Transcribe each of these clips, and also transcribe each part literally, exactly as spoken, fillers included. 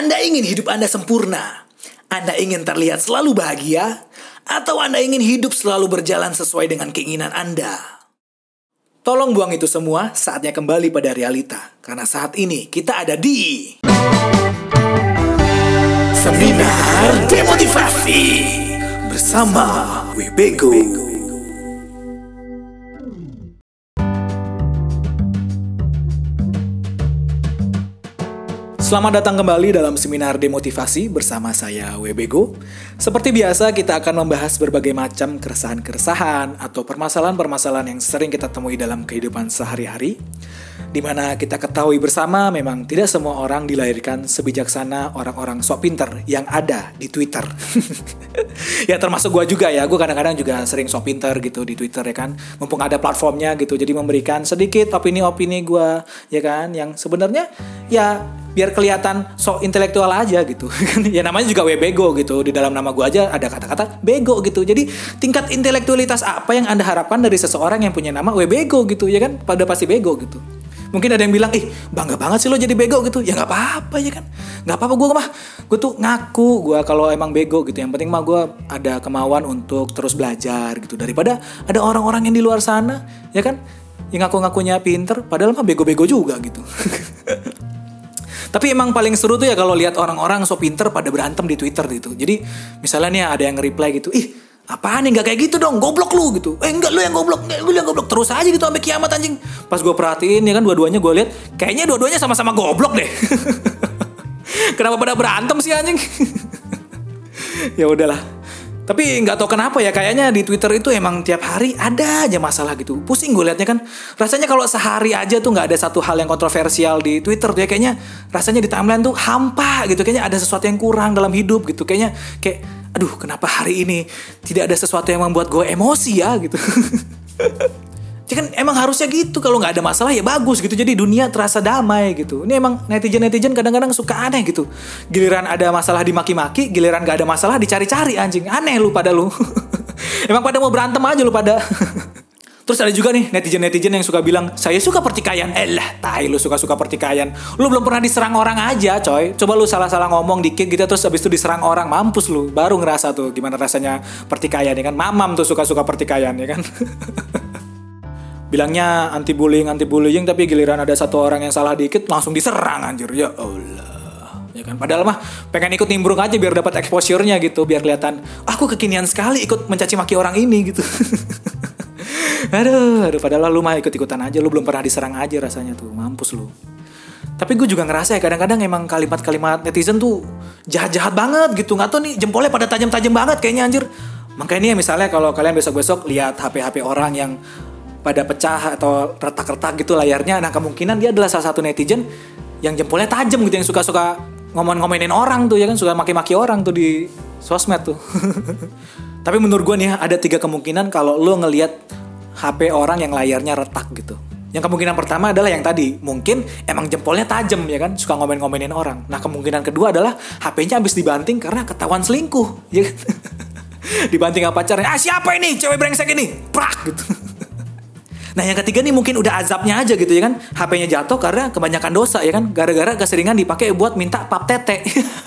Anda ingin hidup Anda sempurna? Anda ingin terlihat selalu bahagia? Atau Anda ingin hidup selalu berjalan sesuai dengan keinginan Anda? Tolong buang itu semua, saatnya kembali pada realita. Karena saat ini kita ada di Seminar Demotivasi bersama Webego. Selamat datang kembali dalam Seminar Demotivasi bersama saya Webego. Seperti biasa kita akan membahas berbagai macam keresahan-keresahan atau permasalahan-permasalahan yang sering kita temui dalam kehidupan sehari-hari, di mana kita ketahui bersama memang tidak semua orang dilahirkan sebijaksana orang-orang sok pinter yang ada di Twitter. Ya termasuk gue juga ya, gue kadang-kadang juga sering sok pinter gitu di Twitter ya kan, mumpung ada platformnya gitu, jadi memberikan sedikit opini-opini gue ya kan, yang sebenarnya ya biar kelihatan sok intelektual aja gitu. Ya namanya juga Webego gitu, di dalam nama gue aja ada kata-kata bego gitu. Jadi tingkat intelektualitas apa yang Anda harapkan dari seseorang yang punya nama Webego gitu ya kan, pada pasti bego gitu. Mungkin ada yang bilang, ih bangga banget sih lo jadi bego gitu. Ya gak apa-apa ya kan, gak apa-apa, gue mah gue tuh ngaku gue kalau emang bego gitu. Yang penting mah gue ada kemauan untuk terus belajar gitu, daripada ada orang-orang yang di luar sana ya kan, yang ngaku-ngakunya pinter padahal mah bego-bego juga gitu. Tapi emang paling seru tuh ya kalau lihat orang-orang so pinter pada berantem di Twitter gitu. Jadi misalnya nih ada yang nge-reply gitu, ih apaan nih, gak kayak gitu dong, goblok lu gitu. Eh enggak, lu yang goblok, enggak, lu yang goblok. Terus aja gitu sampai kiamat anjing. Pas gue perhatiin ya kan, dua-duanya gue lihat kayaknya dua-duanya sama-sama goblok deh. Kenapa pada berantem sih anjing? Ya udahlah. Tapi nggak tahu kenapa ya, kayaknya di Twitter itu emang tiap hari ada aja masalah gitu. Pusing gue liatnya kan. Rasanya kalau sehari aja tuh nggak ada satu hal yang kontroversial di Twitter tuh ya, kayaknya rasanya di timeline tuh hampa gitu. Kayaknya ada sesuatu yang kurang dalam hidup gitu. Kayaknya kayak, aduh kenapa hari ini tidak ada sesuatu yang membuat gue emosi ya gitu. Ya kan emang harusnya gitu, kalau nggak ada masalah ya bagus gitu, jadi dunia terasa damai gitu. Ini emang netizen-netizen kadang-kadang suka aneh gitu. Giliran ada masalah dimaki-maki, giliran nggak ada masalah dicari-cari anjing. Aneh lu pada lu. Emang pada mau berantem aja lu pada. Terus ada juga nih netizen-netizen yang suka bilang, saya suka pertikaian. Eh lah, tai lu suka-suka pertikaian. Lu belum pernah diserang orang aja coy. Coba lu salah-salah ngomong dikit gitu, terus habis itu diserang orang, mampus lu. Baru ngerasa tuh gimana rasanya pertikaian ya kan. Mamam tuh suka-suka pertikaian ya kan. Bilangnya anti bullying, anti bullying, tapi giliran ada satu orang yang salah dikit langsung diserang anjir. Ya Allah. Ya kan, padahal mah pengen ikut nimbrung aja biar dapat exposure-nya gitu, biar kelihatan aku kekinian sekali ikut mencaci maki orang ini gitu. Aduh, aduh, padahal lu mah ikut-ikutan aja, lu belum pernah diserang aja rasanya tuh, mampus lu. Tapi gue juga ngerasa ya kadang-kadang emang kalimat-kalimat netizen tuh jahat-jahat banget gitu, nggak tau nih jempolnya pada tajam-tajam banget kayaknya anjir. Makanya nih misalnya kalau kalian besok-besok lihat H P-H P orang yang pada pecah atau retak-retak gitu layarnya, nah kemungkinan dia adalah salah satu netizen yang jempolnya tajam gitu, yang suka-suka ngomong-ngomenin orang tuh ya kan, suka maki-maki orang tuh di sosmed tuh. Tapi menurut gue nih ada tiga kemungkinan kalau lo ngelihat H P orang yang layarnya retak gitu. Yang kemungkinan pertama adalah yang tadi, mungkin emang jempolnya tajam ya kan, suka ngomen-ngomenin orang. Nah kemungkinan kedua adalah H P-nya habis dibanting karena ketahuan selingkuh ya kan. Dibanting sama pacarnya, ah siapa ini cewek brengsek ini, prak gitu. Nah yang ketiga nih mungkin udah azabnya aja gitu ya kan, H P-nya jatuh karena kebanyakan dosa ya kan, gara-gara keseringan dipakai buat minta pap tete.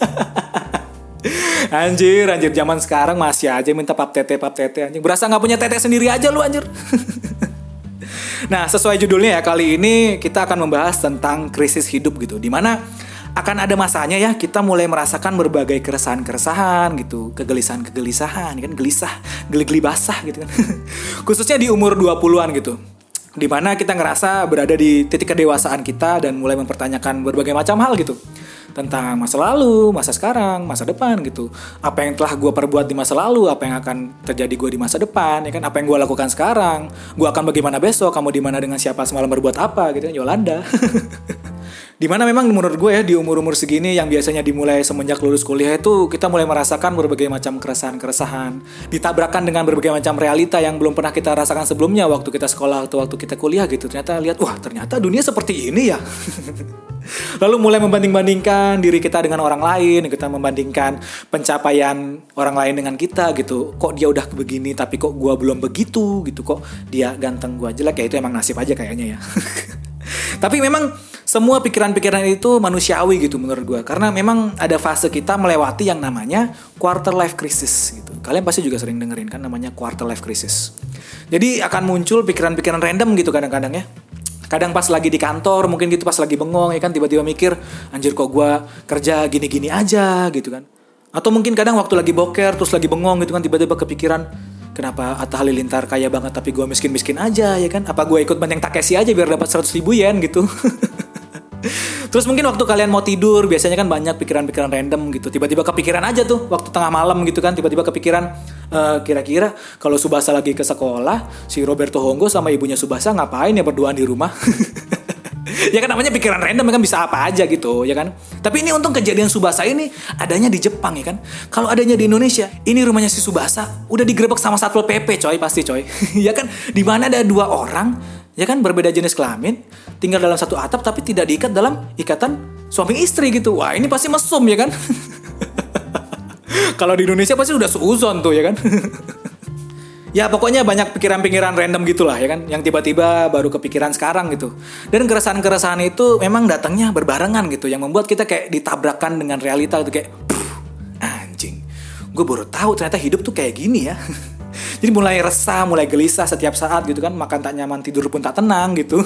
Anjir, anjir zaman sekarang masih aja minta pap tete, pap tete anjing. Berasa gak punya tete sendiri aja lu anjir. Nah sesuai judulnya ya, kali ini kita akan membahas tentang krisis hidup gitu, dimana akan ada masanya ya kita mulai merasakan berbagai keresahan-keresahan gitu, kegelisahan-kegelisahan kan, gelisah, geli-geli basah gitu kan. Khususnya di umur dua puluhan gitu, di mana kita ngerasa berada di titik kedewasaan kita dan mulai mempertanyakan berbagai macam hal gitu, tentang masa lalu, masa sekarang, masa depan gitu. Apa yang telah gue perbuat di masa lalu, apa yang akan terjadi gue di masa depan, ya kan? Apa yang gue lakukan sekarang, gue akan bagaimana besok, kamu di mana dengan siapa, semalam berbuat apa gitu kan, Yolanda. Dimana memang menurut gue ya di umur-umur segini yang biasanya dimulai semenjak lulus kuliah itu kita mulai merasakan berbagai macam keresahan-keresahan, ditabrakkan dengan berbagai macam realita yang belum pernah kita rasakan sebelumnya waktu kita sekolah atau waktu kita kuliah gitu. Ternyata lihat, wah ternyata dunia seperti ini ya. Lalu mulai membanding-bandingkan diri kita dengan orang lain, kita membandingkan pencapaian orang lain dengan kita gitu. Kok dia udah begini tapi kok gue belum begitu gitu, kok dia ganteng gue jelek, ya itu emang nasib aja kayaknya ya. Tapi memang semua pikiran-pikiran itu manusiawi gitu menurut gue. Karena memang ada fase kita melewati yang namanya quarter life crisis gitu. Kalian pasti juga sering dengerin kan namanya quarter life crisis. Jadi akan muncul pikiran-pikiran random gitu kadang-kadang ya. Kadang pas lagi di kantor mungkin gitu pas lagi bengong ya kan, tiba-tiba mikir, anjir kok gue kerja gini-gini aja gitu kan. Atau mungkin kadang waktu lagi boker terus lagi bengong gitu kan, tiba-tiba kepikiran, kenapa Atta Halilintar kaya banget tapi gue miskin-miskin aja ya kan. Apa gue ikut Benteng Takeshi aja biar dapat seratus ribu yen gitu. Terus mungkin waktu kalian mau tidur biasanya kan banyak pikiran-pikiran random gitu. Tiba-tiba kepikiran aja tuh waktu tengah malam gitu kan, tiba-tiba kepikiran e, kira-kira kalau Tsubasa lagi ke sekolah, si Roberto Honggo sama ibunya Tsubasa ngapain ya berduaan di rumah. Ya kan namanya pikiran random kan, bisa apa aja gitu ya kan. Tapi ini untung kejadian Tsubasa ini adanya di Jepang ya kan. Kalau adanya di Indonesia, ini rumahnya si Tsubasa udah digerebek sama Satpol P P coy, pasti coy. Ya kan, di mana ada dua orang ya kan berbeda jenis kelamin, tinggal dalam satu atap tapi tidak diikat dalam ikatan suami istri gitu. Wah, ini pasti mesum ya kan. Kalau di Indonesia pasti udah seuzon tuh ya kan. Ya pokoknya banyak pikiran-pikiran random gitulah ya kan, yang tiba-tiba baru kepikiran sekarang gitu. Dan keresahan-keresahan itu memang datangnya berbarengan gitu, yang membuat kita kayak ditabrakkan dengan realita gitu, kayak anjing, gue baru tahu ternyata hidup tuh kayak gini ya. Jadi mulai resah, mulai gelisah setiap saat gitu kan, makan tak nyaman, tidur pun tak tenang gitu.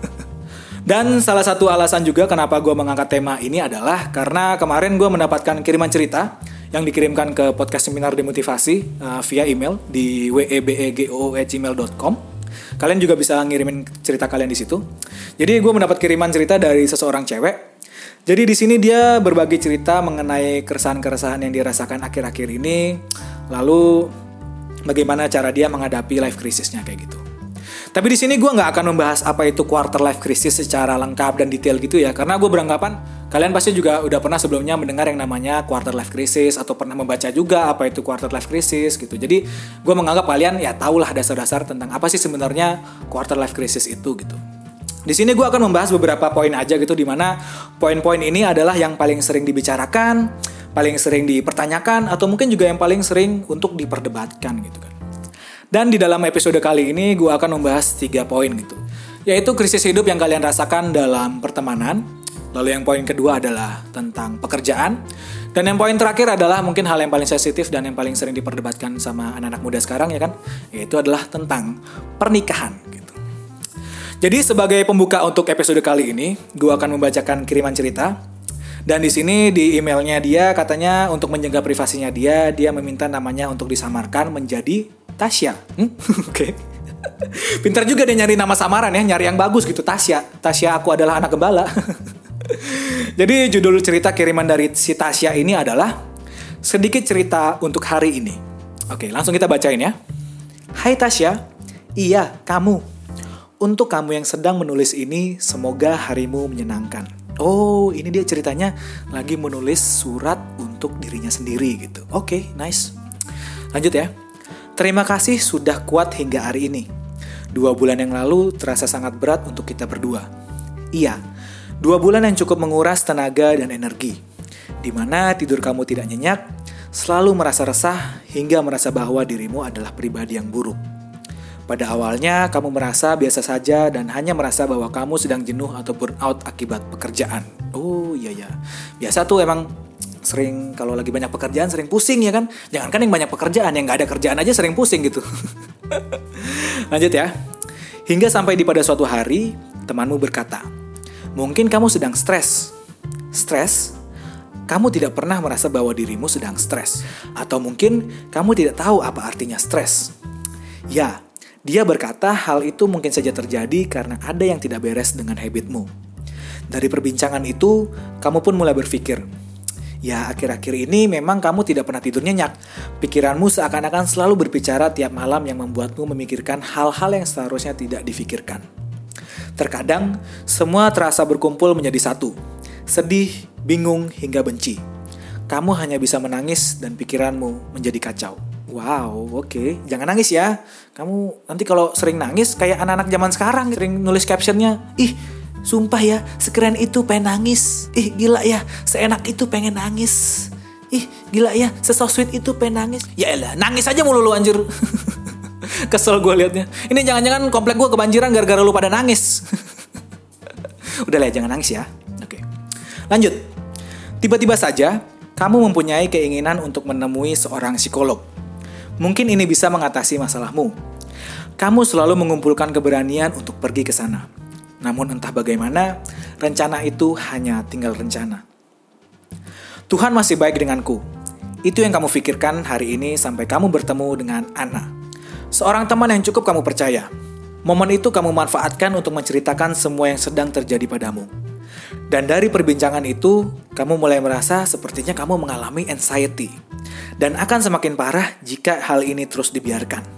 Dan salah satu alasan juga kenapa gue mengangkat tema ini adalah karena kemarin gue mendapatkan kiriman cerita yang dikirimkan ke podcast seminar demotivasi uh, via email di webego at gmail dot com. Kalian juga bisa ngirimin cerita kalian di situ. Jadi gue mendapat kiriman cerita dari seseorang cewek. Jadi di sini dia berbagi cerita mengenai keresahan-keresahan yang dirasakan akhir-akhir ini. Lalu bagaimana cara dia menghadapi life crisisnya kayak gitu. Tapi di sini gue nggak akan membahas apa itu quarter life crisis secara lengkap dan detail gitu ya, karena gue beranggapan kalian pasti juga udah pernah sebelumnya mendengar yang namanya quarter life crisis atau pernah membaca juga apa itu quarter life crisis gitu. Jadi gue menganggap kalian ya tahulah dasar-dasar tentang apa sih sebenarnya quarter life crisis itu gitu. Di sini gue akan membahas beberapa poin aja gitu, di mana poin-poin ini adalah yang paling sering dibicarakan, paling sering dipertanyakan, atau mungkin juga yang paling sering untuk diperdebatkan gitu kan. Dan di dalam episode kali ini gue akan membahas tiga poin gitu, yaitu krisis hidup yang kalian rasakan dalam pertemanan. Lalu yang poin kedua adalah tentang pekerjaan. Dan yang poin terakhir adalah mungkin hal yang paling sensitif dan yang paling sering diperdebatkan sama anak-anak muda sekarang ya kan, yaitu adalah tentang pernikahan gitu. Jadi sebagai pembuka untuk episode kali ini, gue akan membacakan kiriman cerita. Dan di sini di emailnya dia katanya untuk menjaga privasinya dia, dia meminta namanya untuk disamarkan menjadi Tasya. Hmm? Oke. Okay. Pintar juga dia nyari nama samaran ya, nyari yang bagus gitu. Tasya. Tasya, aku adalah anak gembala. Jadi judul cerita kiriman dari si Tasya ini adalah sedikit cerita untuk hari ini. Oke, langsung kita bacain ya. Hai Tasya, iya kamu. Untuk kamu yang sedang menulis ini, semoga harimu menyenangkan. Oh, ini dia ceritanya lagi menulis surat untuk dirinya sendiri gitu. Oke, okay, nice. Lanjut ya. Terima kasih sudah kuat hingga hari ini. Dua bulan yang lalu terasa sangat berat untuk kita berdua. Iya, dua bulan yang cukup menguras tenaga dan energi. Di mana tidur kamu tidak nyenyak, selalu merasa resah hingga merasa bahwa dirimu adalah pribadi yang buruk. Pada awalnya kamu merasa biasa saja dan hanya merasa bahwa kamu sedang jenuh atau burnout akibat pekerjaan. Oh iya ya, biasa tuh emang sering kalau lagi banyak pekerjaan sering pusing ya kan. Jangankan yang banyak pekerjaan, yang gak ada kerjaan aja sering pusing gitu. Lanjut ya. Hingga sampai di pada suatu hari temanmu berkata, mungkin kamu sedang stres. Stres? Kamu tidak pernah merasa bahwa dirimu sedang stres. Atau mungkin kamu tidak tahu apa artinya stres. Ya, dia berkata hal itu mungkin saja terjadi karena ada yang tidak beres dengan habitmu. Dari perbincangan itu, kamu pun mulai berpikir, ya akhir-akhir ini memang kamu tidak pernah tidur nyenyak. Pikiranmu seakan-akan selalu berbicara tiap malam yang membuatmu memikirkan hal-hal yang seharusnya tidak difikirkan. Terkadang, semua terasa berkumpul menjadi satu. Sedih, bingung, hingga benci. Kamu hanya bisa menangis dan pikiranmu menjadi kacau. Wow, oke. Okay. Jangan nangis ya. Kamu nanti kalau sering nangis kayak anak-anak zaman sekarang. Sering nulis captionnya, ih sumpah ya, sekeren itu pengen nangis. Ih gila ya, seenak itu pengen nangis. Ih gila ya, sesosweet itu pengen nangis. Ya elah, nangis aja mulu lu anjir. Kesel gue liatnya. Ini jangan-jangan komplek gue kebanjiran gara-gara lu pada nangis. Udah lah, jangan nangis ya. Oke. Lanjut. Tiba-tiba saja kamu mempunyai keinginan untuk menemui seorang psikolog. Mungkin ini bisa mengatasi masalahmu. Kamu selalu mengumpulkan keberanian untuk pergi ke sana. Namun entah bagaimana, rencana itu hanya tinggal rencana. Tuhan masih baik denganku. Itu yang kamu pikirkan hari ini sampai kamu bertemu dengan Anna. Seorang teman yang cukup kamu percaya. Momen itu kamu manfaatkan untuk menceritakan semua yang sedang terjadi padamu. Dan dari perbincangan itu, kamu mulai merasa sepertinya kamu mengalami anxiety. Dan akan semakin parah jika hal ini terus dibiarkan.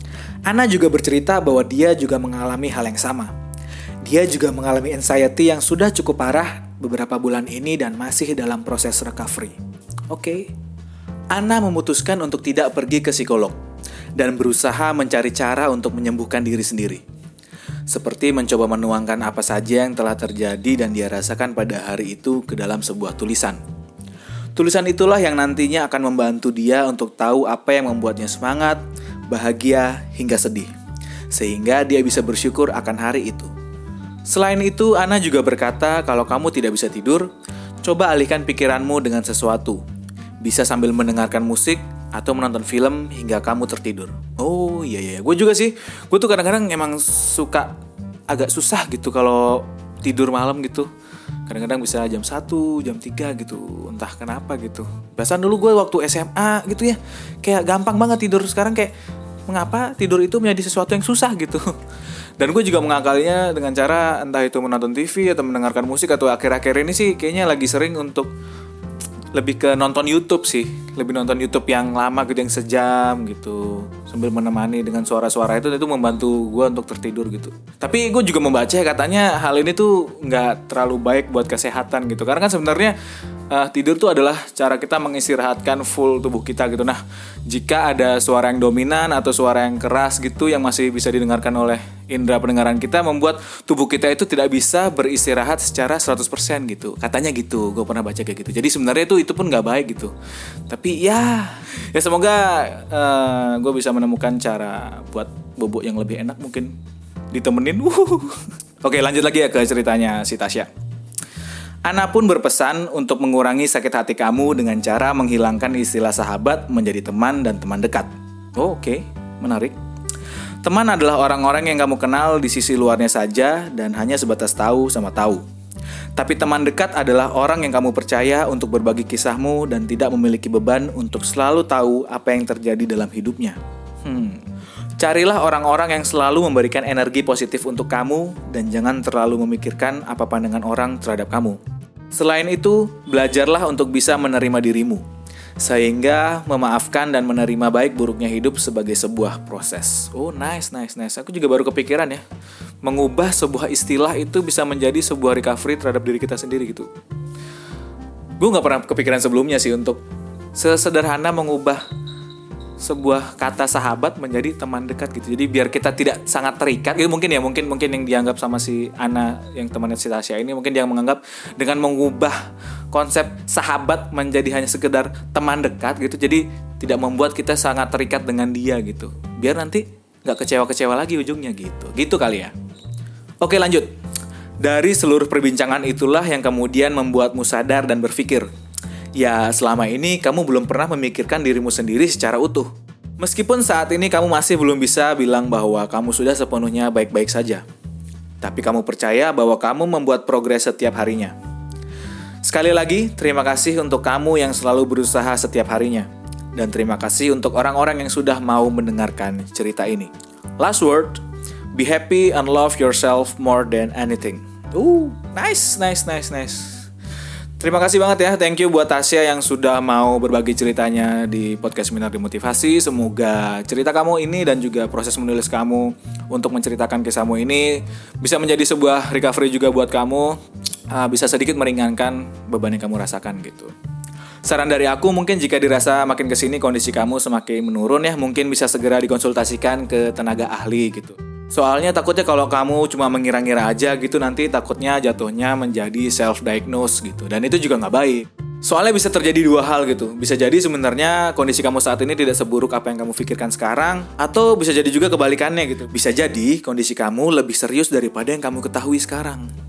Anna juga bercerita bahwa dia juga mengalami hal yang sama. Dia juga mengalami anxiety yang sudah cukup parah beberapa bulan ini dan masih dalam proses recovery. Oke. Okay. Anna memutuskan untuk tidak pergi ke psikolog dan berusaha mencari cara untuk menyembuhkan diri sendiri. Seperti mencoba menuangkan apa saja yang telah terjadi dan dia rasakan pada hari itu ke dalam sebuah tulisan. Tulisan itulah yang nantinya akan membantu dia untuk tahu apa yang membuatnya semangat, bahagia, hingga sedih. Sehingga dia bisa bersyukur akan hari itu. Selain itu, Anna juga berkata kalau kamu tidak bisa tidur, coba alihkan pikiranmu dengan sesuatu. Bisa sambil mendengarkan musik, atau menonton film hingga kamu tertidur. Oh iya iya, gue juga sih. Gue tuh kadang-kadang emang suka agak susah gitu kalau tidur malam gitu. Kadang-kadang bisa jam satu, jam tiga gitu. Entah kenapa gitu. Biasanya dulu gue waktu S M A gitu ya, kayak gampang banget tidur. Sekarang kayak mengapa tidur itu menjadi sesuatu yang susah gitu. Dan gue juga mengakalinya dengan cara entah itu menonton T V atau mendengarkan musik. Atau akhir-akhir ini sih kayaknya lagi sering untuk lebih ke nonton YouTube sih. Lebih nonton YouTube yang lama gitu, yang sejam gitu, sambil menemani dengan suara-suara itu. Itu membantu gue untuk tertidur gitu. Tapi gue juga membaca katanya hal ini tuh gak terlalu baik buat kesehatan gitu. Karena kan sebenarnya uh, tidur tuh adalah cara kita mengistirahatkan full tubuh kita gitu. Nah, jika ada suara yang dominan atau suara yang keras gitu yang masih bisa didengarkan oleh indera pendengaran kita, membuat tubuh kita itu tidak bisa beristirahat secara seratus persen gitu. Katanya gitu, gue pernah baca kayak gitu. Jadi sebenarnya itu itu pun gak baik gitu. Tapi ya, ya semoga uh, gue bisa menemukan cara buat bobok yang lebih enak mungkin ditemenin. Oke, lanjut lagi ya ke ceritanya si Tasya. Anna pun berpesan untuk mengurangi sakit hati kamu dengan cara menghilangkan istilah sahabat menjadi teman dan teman dekat. Oh, oke, okay. Menarik. Teman adalah orang-orang yang kamu kenal di sisi luarnya saja dan hanya sebatas tahu sama tahu. Tapi teman dekat adalah orang yang kamu percaya untuk berbagi kisahmu dan tidak memiliki beban untuk selalu tahu apa yang terjadi dalam hidupnya. Hmm. Carilah orang-orang yang selalu memberikan energi positif untuk kamu dan jangan terlalu memikirkan apa pandangan orang terhadap kamu. Selain itu, belajarlah untuk bisa menerima dirimu, sehingga memaafkan dan menerima baik buruknya hidup sebagai sebuah proses. Oh, nice, nice, nice. Aku juga baru kepikiran ya, mengubah sebuah istilah itu bisa menjadi sebuah recovery terhadap diri kita sendiri gitu. Gue gak pernah kepikiran sebelumnya sih untuk sesederhana mengubah sebuah kata sahabat menjadi teman dekat gitu. Jadi biar kita tidak sangat terikat gitu mungkin ya, mungkin mungkin yang dianggap sama si Anna yang temannya si Tasya ini, mungkin dia menganggap dengan mengubah konsep sahabat menjadi hanya sekedar teman dekat gitu. Jadi tidak membuat kita sangat terikat dengan dia gitu. Biar nanti enggak kecewa-kecewa lagi ujungnya gitu. Gitu kali ya. Oke, lanjut. Dari seluruh perbincangan itulah yang kemudian membuatmu sadar dan berpikir, ya, selama ini kamu belum pernah memikirkan dirimu sendiri secara utuh. Meskipun saat ini kamu masih belum bisa bilang bahwa kamu sudah sepenuhnya baik-baik saja. Tapi kamu percaya bahwa kamu membuat progres setiap harinya. Sekali lagi, terima kasih untuk kamu yang selalu berusaha setiap harinya. Dan terima kasih untuk orang-orang yang sudah mau mendengarkan cerita ini. Last word, be happy and love yourself more than anything. Uh, nice, nice, nice, nice. Terima kasih banget ya, thank you buat Tasya yang sudah mau berbagi ceritanya di podcast Minardi Motivasi. Semoga cerita kamu ini dan juga proses menulis kamu untuk menceritakan kisahmu ini bisa menjadi sebuah recovery juga buat kamu, uh, bisa sedikit meringankan beban yang kamu rasakan gitu. Saran dari aku, mungkin jika dirasa makin kesini kondisi kamu semakin menurun ya, mungkin bisa segera dikonsultasikan ke tenaga ahli gitu. Soalnya takutnya kalau kamu cuma mengira-ngira aja gitu, nanti takutnya jatuhnya menjadi self-diagnose gitu. Dan itu juga gak baik. Soalnya bisa terjadi dua hal gitu. Bisa jadi sebenarnya kondisi kamu saat ini tidak seburuk apa yang kamu pikirkan sekarang. Atau bisa jadi juga kebalikannya gitu. Bisa jadi kondisi kamu lebih serius daripada yang kamu ketahui sekarang.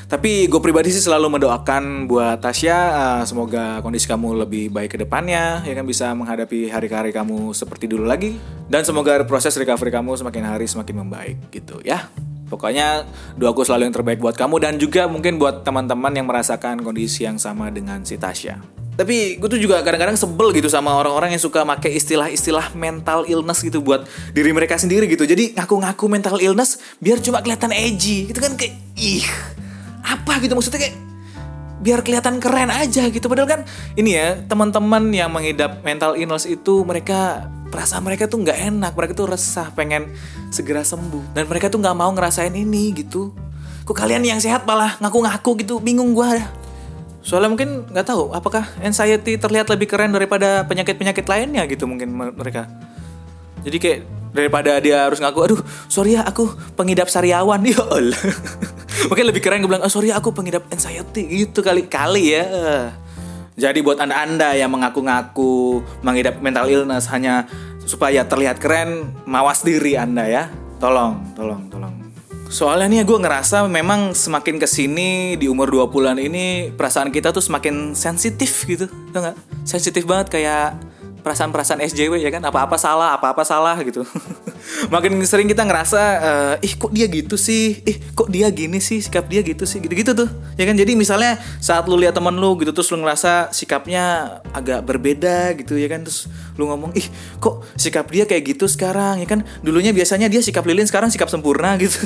Tapi gue pribadi sih selalu mendoakan buat Tasya, uh, semoga kondisi kamu lebih baik ke depannya, ya kan, bisa menghadapi hari-hari kamu seperti dulu lagi, dan semoga proses recovery kamu semakin hari semakin membaik gitu ya. Pokoknya doaku selalu yang terbaik buat kamu dan juga mungkin buat teman-teman yang merasakan kondisi yang sama dengan si Tasya. Tapi gue tuh juga kadang-kadang sebel gitu sama orang-orang yang suka pakai istilah-istilah mental illness gitu buat diri mereka sendiri gitu. Jadi ngaku-ngaku mental illness biar cuma kelihatan edgy gitu kan, kayak ih apa gitu, maksudnya kayak biar kelihatan keren aja gitu. Padahal kan ini ya, teman-teman yang mengidap mental illness itu mereka perasaan mereka tuh nggak enak, mereka tuh resah, pengen segera sembuh, dan mereka tuh nggak mau ngerasain ini gitu. Kok kalian yang sehat malah ngaku-ngaku gitu, bingung gue. Soalnya mungkin nggak tahu apakah anxiety terlihat lebih keren daripada penyakit-penyakit lainnya gitu mungkin mereka. Jadi kayak daripada dia harus ngaku, aduh sorry ya aku pengidap sariawan, ya Allah. Mungkin lebih keren gue bilang, oh sorry aku pengidap anxiety gitu kali-kali ya. Jadi buat anda-anda yang mengaku-ngaku mengidap mental illness hanya supaya terlihat keren, mawas diri anda ya. Tolong, tolong, tolong. Soalnya nih gue ngerasa memang semakin kesini di umur dua puluhan ini perasaan kita tuh semakin sensitif gitu, tau gak? Sensitif banget kayak perasaan-perasaan S J W ya kan, apa-apa salah, apa-apa salah gitu. Makin sering kita ngerasa, uh, ih kok dia gitu sih, ih kok dia gini sih, sikap dia gitu sih, gitu-gitu tuh, ya kan. Jadi misalnya saat lu lihat teman lu gitu, terus lu ngerasa sikapnya agak berbeda gitu ya kan, terus lu ngomong, ih kok sikap dia kayak gitu sekarang, ya kan. Dulunya biasanya dia sikap lilin, sekarang sikap sempurna gitu.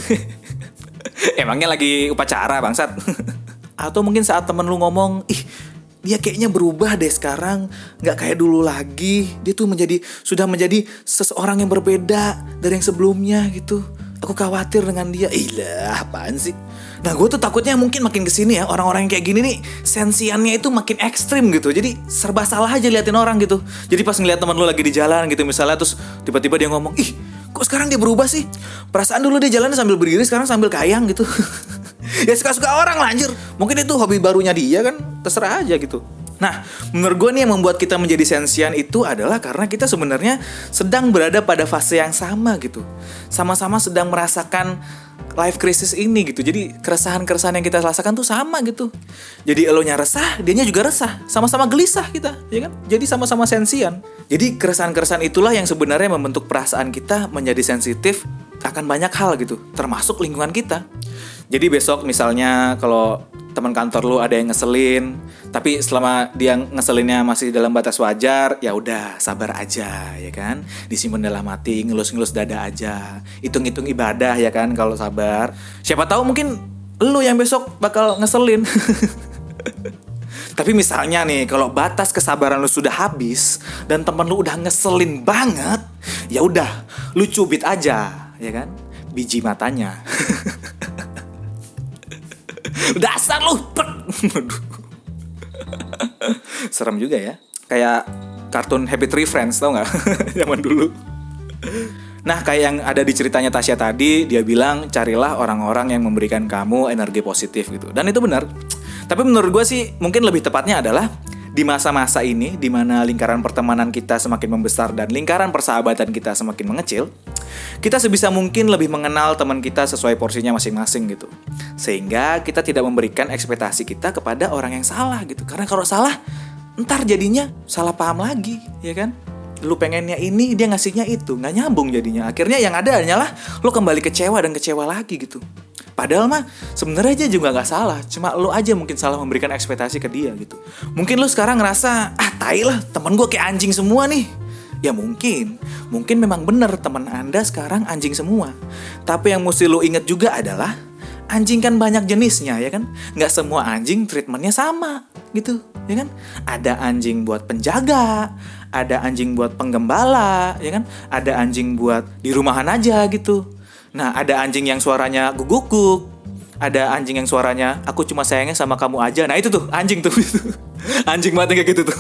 Emangnya lagi upacara bangsat. Atau mungkin saat temen lu ngomong, ih dia kayaknya berubah deh sekarang, nggak kayak dulu lagi. Dia tuh menjadi sudah menjadi seseorang yang berbeda dari yang sebelumnya gitu. Aku khawatir dengan dia. Ilah, apaan sih? Nah gue tuh takutnya mungkin makin kesini ya, orang-orang yang kayak gini nih sensiannya itu makin ekstrim gitu. Jadi serba salah aja liatin orang gitu. Jadi pas ngeliat teman lu lagi di jalan gitu misalnya, terus tiba-tiba dia ngomong, ih kok sekarang dia berubah sih? Perasaan dulu dia jalannya sambil berdiri, sekarang sambil kayang gitu. Ya suka-suka orang lah anjir. Mungkin itu hobi barunya dia kan, terserah aja gitu. Nah, menurut gue nih yang membuat kita menjadi sensian itu adalah karena kita sebenarnya sedang berada pada fase yang sama gitu. Sama-sama sedang merasakan life crisis ini gitu. Jadi keresahan-keresahan yang kita rasakan tuh sama gitu. Jadi elonya resah, dianya juga resah. Sama-sama gelisah kita, ya kan? Jadi sama-sama sensian. Jadi keresahan-keresahan itulah yang sebenarnya membentuk perasaan kita menjadi sensitif akan banyak hal gitu, termasuk lingkungan kita. Jadi besok misalnya kalau teman kantor lu ada yang ngeselin, tapi selama dia ngeselinnya masih dalam batas wajar, ya udah sabar aja ya kan. Disimpan dalam hati, ngelus-ngelus dada aja. Hitung-hitung ibadah ya kan kalau sabar. Siapa tahu mungkin lu yang besok bakal ngeselin. Tapi misalnya nih kalau batas kesabaran lu sudah habis dan temen lu udah ngeselin banget, ya udah lu cubit aja ya kan biji matanya. Dasar lu. Serem juga ya. Kayak kartun Happy Tree Friends, tau gak? Zaman dulu. Nah kayak yang ada di ceritanya Tasya tadi, dia bilang carilah orang-orang yang memberikan kamu energi positif gitu. Dan itu benar. Tapi menurut gue sih mungkin lebih tepatnya adalah di masa-masa ini, di mana lingkaran pertemanan kita semakin membesar dan lingkaran persahabatan kita semakin mengecil, kita sebisa mungkin lebih mengenal teman kita sesuai porsinya masing-masing gitu. Sehingga kita tidak memberikan ekspektasi kita kepada orang yang salah gitu. Karena kalau salah, ntar jadinya salah paham lagi, ya kan? Lu pengennya ini, dia ngasihnya itu, nggak nyambung jadinya. Akhirnya yang ada hanyalah lu kembali kecewa dan kecewa lagi gitu. Padahal mah sebenarnya aja juga nggak salah, cuma lu aja mungkin salah memberikan ekspektasi ke dia gitu. Mungkin lu sekarang ngerasa, ah tai lah, temen gue kayak anjing semua nih. Ya mungkin, mungkin memang benar teman anda sekarang anjing semua. Tapi yang mesti lu inget juga adalah, anjing kan banyak jenisnya ya kan. Nggak semua anjing treatmentnya sama gitu, ya kan. Ada anjing buat penjaga, ada anjing buat penggembala, ya kan. Ada anjing buat di rumahan aja gitu. Nah ada anjing yang suaranya guguk-guguk, ada anjing yang suaranya aku cuma sayangnya sama kamu aja. Nah itu tuh anjing tuh. Anjing banget kayak gitu tuh.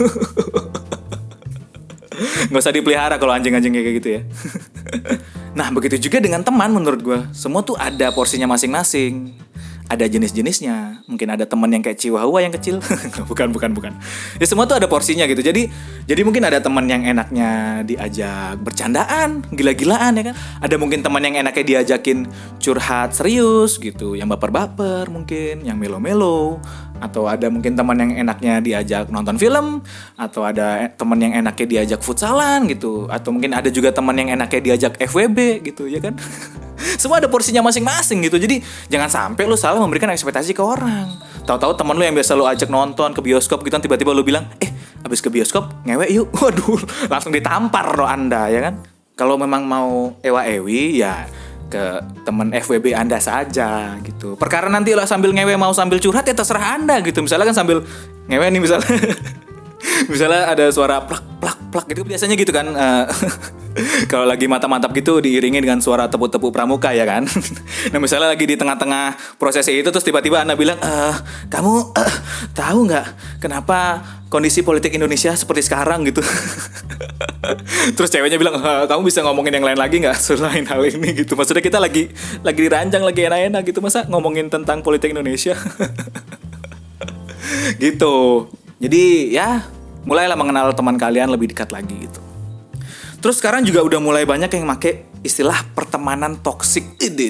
Gak usah dipelihara kalau anjing-anjing kayak gitu ya. Nah begitu juga dengan teman menurut gue. Semua tuh ada porsinya masing-masing. ada jenis-jenisnya. Mungkin ada teman yang kayak Chihuahua yang kecil. bukan, bukan, bukan. Ya semua tuh ada porsinya gitu. Jadi jadi mungkin ada teman yang enaknya diajak bercandaan, gila-gilaan ya kan. Ada mungkin teman yang enaknya diajakin curhat serius gitu, yang baper-baper mungkin, yang melo-melo. Atau ada mungkin teman yang enaknya diajak nonton film, atau ada teman yang enaknya diajak futsalan gitu, atau mungkin ada juga teman yang enaknya diajak F W B gitu ya kan. Semua ada porsinya masing-masing gitu. Jadi jangan sampai lu salah memberikan ekspektasi ke orang. Tahu-tahu teman lu yang biasa lu ajak nonton ke bioskop gitu, tiba-tiba lu bilang, "Eh, abis ke bioskop ngewe yuk." Waduh, langsung ditampar lo Anda ya kan. Kalau memang mau ewa-ewi ya ke temen F W B Anda saja gitu. Perkara nanti lah sambil ngewe mau sambil curhat ya terserah Anda gitu. Misalnya kan sambil ngewe nih misalnya misalnya ada suara plak plak plak gitu biasanya gitu kan. Uh, kalau lagi mantap-mantap gitu diiringi dengan suara tepuk-tepuk pramuka ya kan. Nah misalnya lagi di tengah-tengah prosesi itu terus tiba-tiba Anda bilang, eh kamu uh, tahu nggak kenapa kondisi politik Indonesia seperti sekarang gitu. Terus ceweknya bilang, kamu bisa ngomongin yang lain lagi nggak selain hal ini gitu. Maksudnya kita lagi lagi diranjang, lagi enak-enak gitu, masa ngomongin tentang politik Indonesia. Gitu. Jadi ya mulailah mengenal teman kalian lebih dekat lagi gitu. Terus sekarang juga udah mulai banyak yang make istilah pertemanan toksik.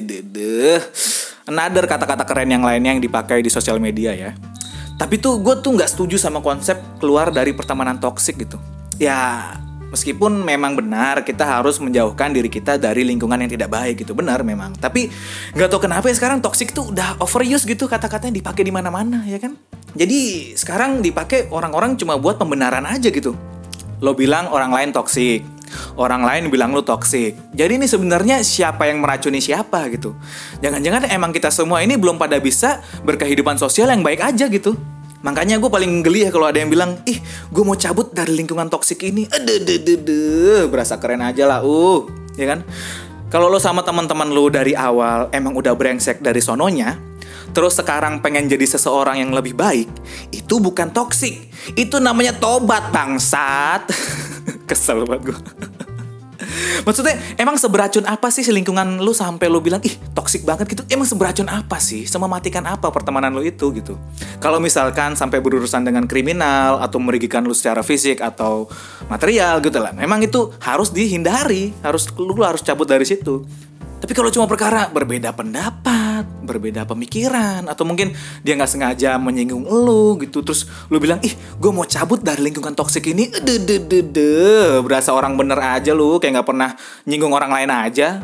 Another kata-kata keren yang lainnya yang dipakai di sosial media ya. Tapi tuh gue tuh nggak setuju sama konsep keluar dari pertemanan toksik gitu. Ya meskipun memang benar kita harus menjauhkan diri kita dari lingkungan yang tidak baik gitu, benar memang. Tapi nggak tahu kenapa ya sekarang toksik tuh udah overuse gitu, kata-katanya dipakai di mana-mana ya kan. Jadi sekarang dipakai orang-orang cuma buat pembenaran aja gitu. Lo bilang orang lain toksik, orang lain bilang lu toksik. Jadi ini sebenarnya siapa yang meracuni siapa gitu. Jangan-jangan emang kita semua ini belum pada bisa berkehidupan sosial yang baik aja gitu. Makanya gue paling geli ya kalau ada yang bilang, ih gue mau cabut dari lingkungan toksik ini. Aduh, berasa keren aja lah, uh, ya kan? Kalau lo sama teman-teman lo dari awal emang udah brengsek dari sononya, terus sekarang pengen jadi seseorang yang lebih baik, itu bukan toksik, itu namanya tobat bangsat. Kesel banget gue. Maksudnya emang seberacun apa sih lingkungan lu sampai lu bilang ih toksik banget gitu? Emang seberacun apa sih? Semematikan apa pertemanan lu itu gitu? Kalau misalkan sampai berurusan dengan kriminal atau merugikan lu secara fisik atau material gitu lah, memang itu harus dihindari, harus lu, lu harus cabut dari situ. Tapi kalau cuma perkara berbeda pendapat, berbeda pemikiran, atau mungkin dia nggak sengaja menyinggung lu gitu, terus lu bilang, ih gue mau cabut dari lingkungan toksik ini, dededede, berasa orang bener aja lu, kayak nggak pernah nyinggung orang lain aja.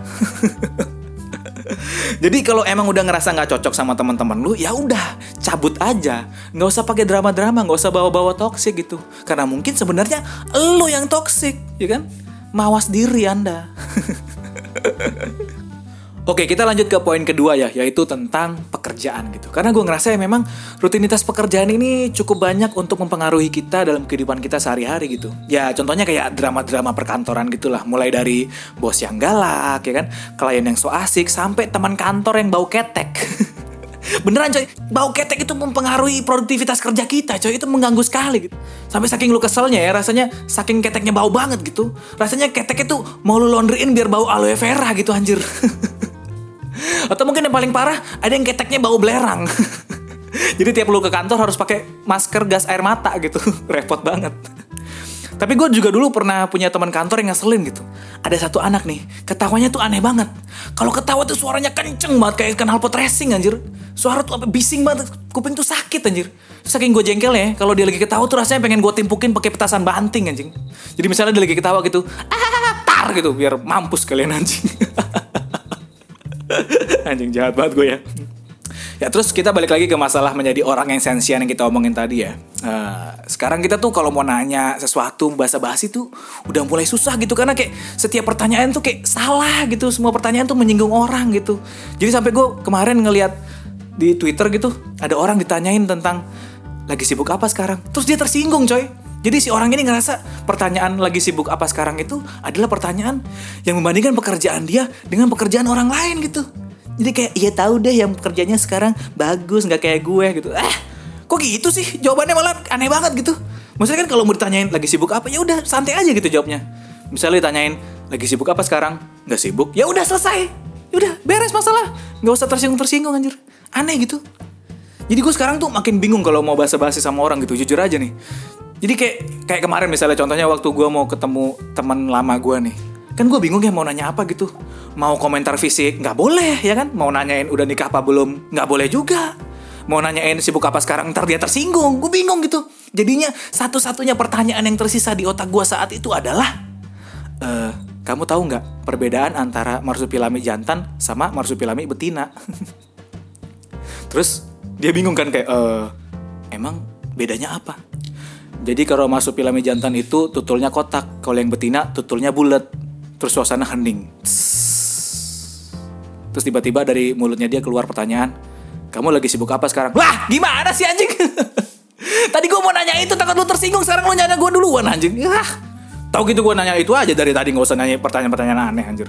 Jadi kalau emang udah ngerasa nggak cocok sama teman-teman lu, ya udah cabut aja, nggak usah pakai drama-drama, nggak usah bawa-bawa toksik gitu, karena mungkin sebenarnya lu yang toksik, ya kan? Mawas diri Anda. Oke, kita lanjut ke poin kedua ya, yaitu tentang pekerjaan gitu. Karena gue ngerasa ya memang rutinitas pekerjaan ini cukup banyak untuk mempengaruhi kita dalam kehidupan kita sehari-hari gitu. Ya contohnya kayak drama-drama perkantoran gitulah. Mulai dari bos yang galak, ya kan, klien yang so asik, sampai teman kantor yang bau ketek. Beneran coy, bau ketek itu mempengaruhi produktivitas kerja kita coy, itu mengganggu sekali gitu. Sampai saking lu keselnya ya, rasanya saking keteknya bau banget gitu. Rasanya keteknya tuh mau lu laundryin biar bau aloe vera gitu anjir. Atau mungkin yang paling parah, ada yang keteknya bau belerang. Jadi tiap lu ke kantor harus pakai masker gas air mata gitu. Repot banget. Tapi gue juga dulu pernah punya teman kantor yang ngeselin gitu. Ada satu anak nih, ketawanya tuh aneh banget. Kalau ketawa tuh suaranya kenceng banget, kayak knalpot racing anjir. Suara tuh apa bising banget, kuping tuh sakit anjir. Saking gue jengkel ya, kalau dia lagi ketawa tuh rasanya pengen gue timpukin pakai petasan banting anjing. Jadi misalnya dia lagi ketawa gitu, ah tar gitu, biar mampus kalian anjing. Anjing jahat banget gue ya. Ya terus kita balik lagi ke masalah menjadi orang yang sensian yang kita omongin tadi ya. Uh, sekarang kita tuh kalau mau nanya sesuatu basa-basi tuh udah mulai susah gitu, karena kayak setiap pertanyaan tuh kayak salah gitu. Semua pertanyaan tuh menyinggung orang gitu. Jadi sampai gue kemarin ngeliat di Twitter gitu, ada orang ditanyain tentang lagi sibuk apa sekarang. Terus dia tersinggung coy. Jadi si orang ini ngerasa pertanyaan lagi sibuk apa sekarang itu adalah pertanyaan yang membandingkan pekerjaan dia dengan pekerjaan orang lain gitu. Jadi kayak, iya tahu deh yang pekerjaannya sekarang bagus, nggak kayak gue gitu. Eh, kok gitu sih? Jawabannya malah aneh banget gitu. Maksudnya kan kalau mau ditanyain lagi sibuk apa, ya udah santai aja gitu jawabnya. Misalnya ditanyain lagi sibuk apa sekarang, nggak sibuk, ya udah selesai, ya udah beres masalah, nggak usah tersinggung tersinggung anjir. Aneh gitu. Jadi gue sekarang tuh makin bingung kalau mau basa-basi sama orang gitu, jujur aja nih. Jadi kayak kayak kemarin misalnya contohnya waktu gue mau ketemu teman lama gue nih. Kan gue bingung ya mau nanya apa gitu. Mau komentar fisik, gak boleh ya kan. Mau nanyain udah nikah apa belum, gak boleh juga. Mau nanyain sibuk apa sekarang, ntar dia tersinggung. Gue bingung gitu. Jadinya satu-satunya pertanyaan yang tersisa di otak gue saat itu adalah e, kamu tahu gak perbedaan antara marsupilami jantan sama marsupilami betina? Terus dia bingung kan kayak e, emang bedanya apa? Jadi kalau marsupilami jantan itu tutulnya kotak, kalau yang betina tutulnya bulat. Terus suasana hening. Terus tiba-tiba dari mulutnya dia keluar pertanyaan, kamu lagi sibuk apa sekarang? Wah, gimana sih anjing? Tadi gue mau nanya itu, takut lu tersinggung. Sekarang lu nanya gue duluan anjing. Wah, tahu gitu gue nanya itu aja dari tadi, gak usah nanya pertanyaan-pertanyaan aneh anjir.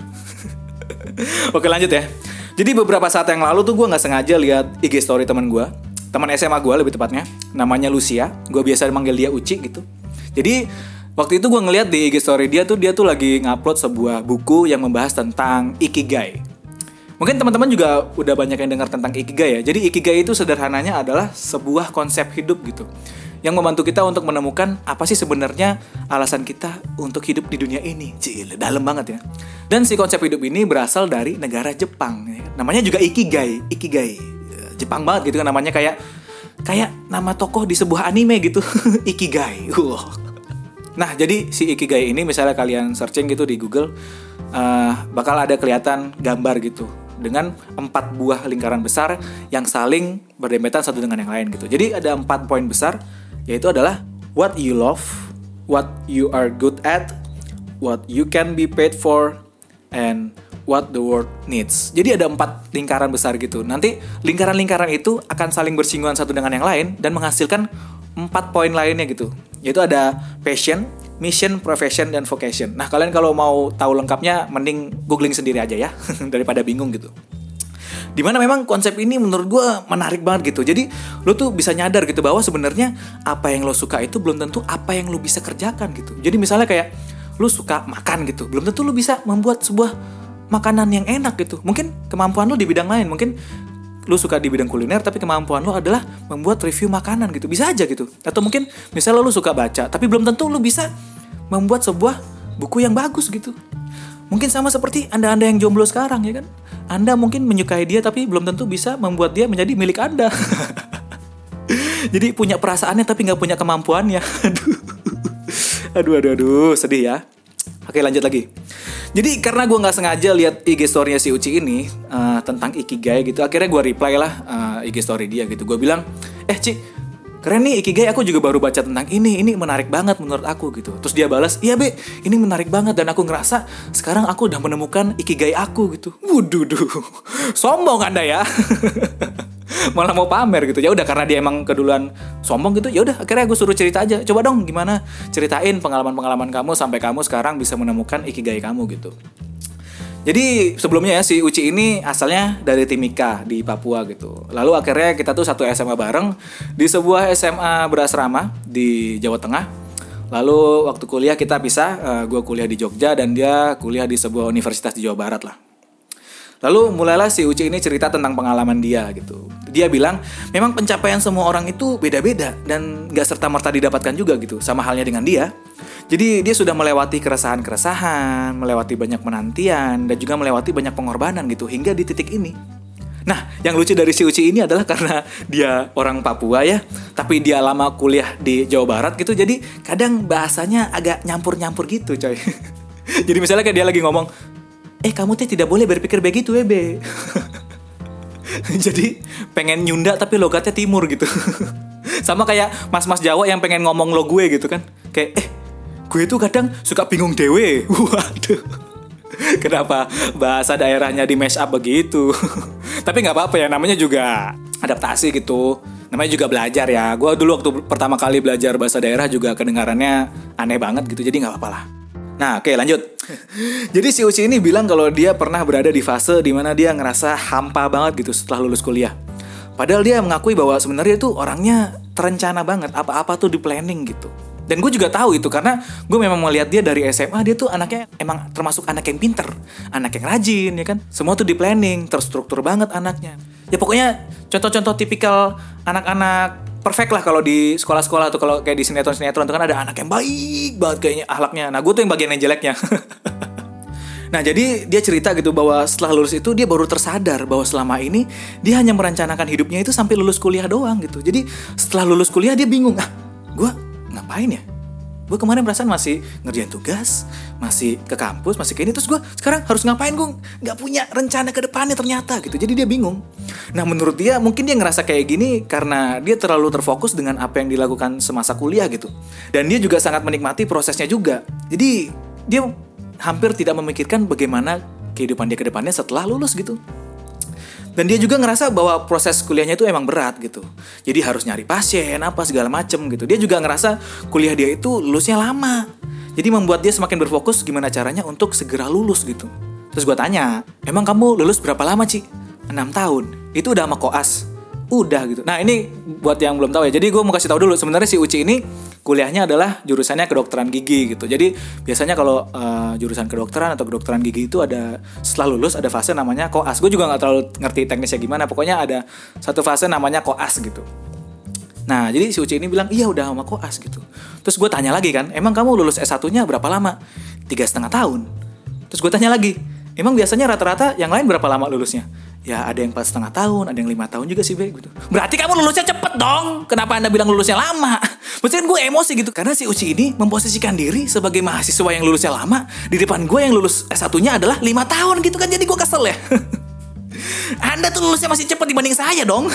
Oke lanjut ya. Jadi beberapa saat yang lalu tuh gue gak sengaja lihat I G story teman gue, teman S M A gue lebih tepatnya. Namanya Lucia. Gue biasa manggil dia Uci gitu. Jadi waktu itu gue ngeliat di I G story dia tuh, dia tuh lagi ngupload sebuah buku yang membahas tentang Ikigai. Mungkin teman-teman juga udah banyak yang dengar tentang Ikigai ya. Jadi Ikigai itu sederhananya adalah sebuah konsep hidup gitu, yang membantu kita untuk menemukan apa sih sebenarnya alasan kita untuk hidup di dunia ini. Cile, dalam banget ya. Dan si konsep hidup ini berasal dari negara Jepang. Ya. Namanya juga Ikigai. Ikigai. Jepang banget gitu kan namanya, kayak kayak nama tokoh di sebuah anime gitu. Ikigai. Wow. Nah, jadi si Ikigai ini misalnya kalian searching gitu di Google, uh, bakal ada kelihatan gambar gitu dengan empat buah lingkaran besar yang saling berdempetan satu dengan yang lain gitu. Jadi ada empat poin besar, yaitu adalah what you love, what you are good at, what you can be paid for, and what the world needs. Jadi ada empat lingkaran besar gitu. Nanti lingkaran-lingkaran itu akan saling bersinggungan satu dengan yang lain dan menghasilkan empat poin lainnya gitu. Yaitu ada passion, mission, profession, dan vocation. Nah, kalian kalau mau tahu lengkapnya, mending googling sendiri aja ya, daripada bingung gitu. Dimana memang konsep ini menurut gue menarik banget gitu. Jadi, lo tuh bisa nyadar gitu bahwa sebenarnya apa yang lo suka itu belum tentu apa yang lo bisa kerjakan gitu. Jadi misalnya kayak lo suka makan gitu, belum tentu lo bisa membuat sebuah makanan yang enak gitu. Mungkin kemampuan lo di bidang lain, mungkin lu suka di bidang kuliner tapi kemampuan lu adalah membuat review makanan gitu, bisa aja gitu. Atau mungkin misalnya lu suka baca tapi belum tentu lu bisa membuat sebuah buku yang bagus gitu. Mungkin sama seperti anda-anda yang jomblo sekarang ya kan, anda mungkin menyukai dia tapi belum tentu bisa membuat dia menjadi milik anda. Jadi punya perasaannya tapi gak punya kemampuannya. Aduh Aduh aduh aduh sedih ya. Oke lanjut lagi. Jadi karena gue gak sengaja lihat I G story-nya si Uci ini uh, tentang Ikigai gitu, akhirnya gue reply lah uh, I G story dia gitu. Gue bilang, eh Ci, keren nih Ikigai, aku juga baru baca tentang ini, ini menarik banget menurut aku gitu. Terus dia balas, iya Be, ini menarik banget dan aku ngerasa sekarang aku udah menemukan Ikigai aku gitu. Wuduh, sombong anda ya. Malah mau pamer gitu. Ya udah karena dia emang keduluan sombong gitu, ya udah akhirnya gue suruh cerita aja. Coba dong gimana ceritain pengalaman-pengalaman kamu sampai kamu sekarang bisa menemukan Ikigai kamu gitu. Jadi sebelumnya ya si Uci ini asalnya dari Timika di Papua gitu. Lalu akhirnya kita tuh satu S M A bareng di sebuah S M A berasrama di Jawa Tengah. Lalu waktu kuliah kita pisah, uh, gue kuliah di Jogja dan dia kuliah di sebuah universitas di Jawa Barat lah. Lalu mulailah si Uci ini cerita tentang pengalaman dia gitu. Dia bilang memang pencapaian semua orang itu beda-beda dan gak serta-merta didapatkan juga gitu. Sama halnya dengan dia. Jadi dia sudah melewati keresahan-keresahan, melewati banyak penantian, dan juga melewati banyak pengorbanan gitu hingga di titik ini. Nah, yang lucu dari si Uci ini adalah karena dia orang Papua ya, tapi dia lama kuliah di Jawa Barat gitu, jadi kadang bahasanya agak nyampur-nyampur gitu coy. Jadi misalnya kayak dia lagi ngomong, eh kamu teh tidak boleh berpikir begitu ya be. Jadi pengen nyunda tapi logatnya timur gitu. Sama kayak mas-mas Jawa yang pengen ngomong lo gue gitu kan. Kayak eh gue tuh kadang suka bingung dewe. Waduh. Kenapa bahasa daerahnya di mash up begitu. Tapi gak apa-apa ya, namanya juga adaptasi gitu. Namanya juga belajar ya. Gue dulu waktu pertama kali belajar bahasa daerah juga kedengarannya aneh banget gitu. Jadi gak apa-apa lah. Nah oke lanjut. Jadi si Uci ini bilang kalau dia pernah berada di fase dimana dia ngerasa hampa banget gitu setelah lulus kuliah. Padahal dia mengakui bahwa sebenarnya itu orangnya terencana banget, apa-apa tuh di planning gitu. Dan gue juga tahu itu karena gue memang melihat dia dari S M A, dia tuh anaknya emang termasuk anak yang pinter, anak yang rajin ya kan. Semua tuh di planning, terstruktur banget anaknya. Ya pokoknya contoh-contoh tipikal anak-anak perfect lah kalau di sekolah-sekolah tuh, kalau kayak di sinetron-sinetron tuh kan ada anak yang baik banget kayaknya akhlaknya. Nah gue tuh yang bagian yang jeleknya. Nah jadi dia cerita gitu bahwa setelah lulus itu dia baru tersadar bahwa selama ini dia hanya merencanakan hidupnya itu sampai lulus kuliah doang gitu. Jadi setelah lulus kuliah dia bingung, ah gue ngapain ya? Gue kemarin perasaan masih ngerjain tugas, masih ke kampus, masih kayak ini. Terus gue sekarang harus ngapain? Gue gak punya rencana ke depannya ternyata gitu. Jadi dia bingung. Nah menurut dia mungkin dia ngerasa kayak gini karena dia terlalu terfokus dengan apa yang dilakukan semasa kuliah gitu. Dan dia juga sangat menikmati prosesnya juga. Jadi dia hampir tidak memikirkan bagaimana kehidupan dia ke depannya setelah lulus gitu. Dan dia juga ngerasa bahwa proses kuliahnya itu emang berat gitu. Jadi harus nyari pasien, apa segala macem gitu. Dia juga ngerasa kuliah dia itu lulusnya lama. Jadi membuat dia semakin berfokus gimana caranya untuk segera lulus gitu. Terus gue tanya, emang kamu lulus berapa lama, Ci? enam tahun. Itu udah sama koas? Udah gitu. Nah ini buat yang belum tahu ya. Jadi gue mau kasih tahu dulu, sebenarnya si Uci ini kuliahnya adalah jurusannya kedokteran gigi gitu. Jadi biasanya kalau uh, jurusan kedokteran atau kedokteran gigi itu ada setelah lulus ada fase namanya koas. Gue juga nggak terlalu ngerti teknisnya gimana. Pokoknya ada satu fase namanya koas gitu. Nah jadi si Uci ini bilang iya udah sama koas gitu. Terus gue tanya lagi kan, emang kamu lulus S satu-nya berapa lama? Tiga setengah tahun. Terus gue tanya lagi, emang biasanya rata-rata yang lain berapa lama lulusnya? Ya ada yang empat setengah tahun, ada yang lima tahun juga sih Be gitu. Berarti kamu lulusnya cepet dong. Kenapa anda bilang lulusnya lama? Maksudnya kan gue emosi gitu. Karena si Uci ini memposisikan diri sebagai mahasiswa yang lulusnya lama. Di depan gue yang lulus S satu-nya adalah lima tahun gitu kan. Jadi gue kesel ya. Anda tuh lulusnya masih cepet dibanding saya dong.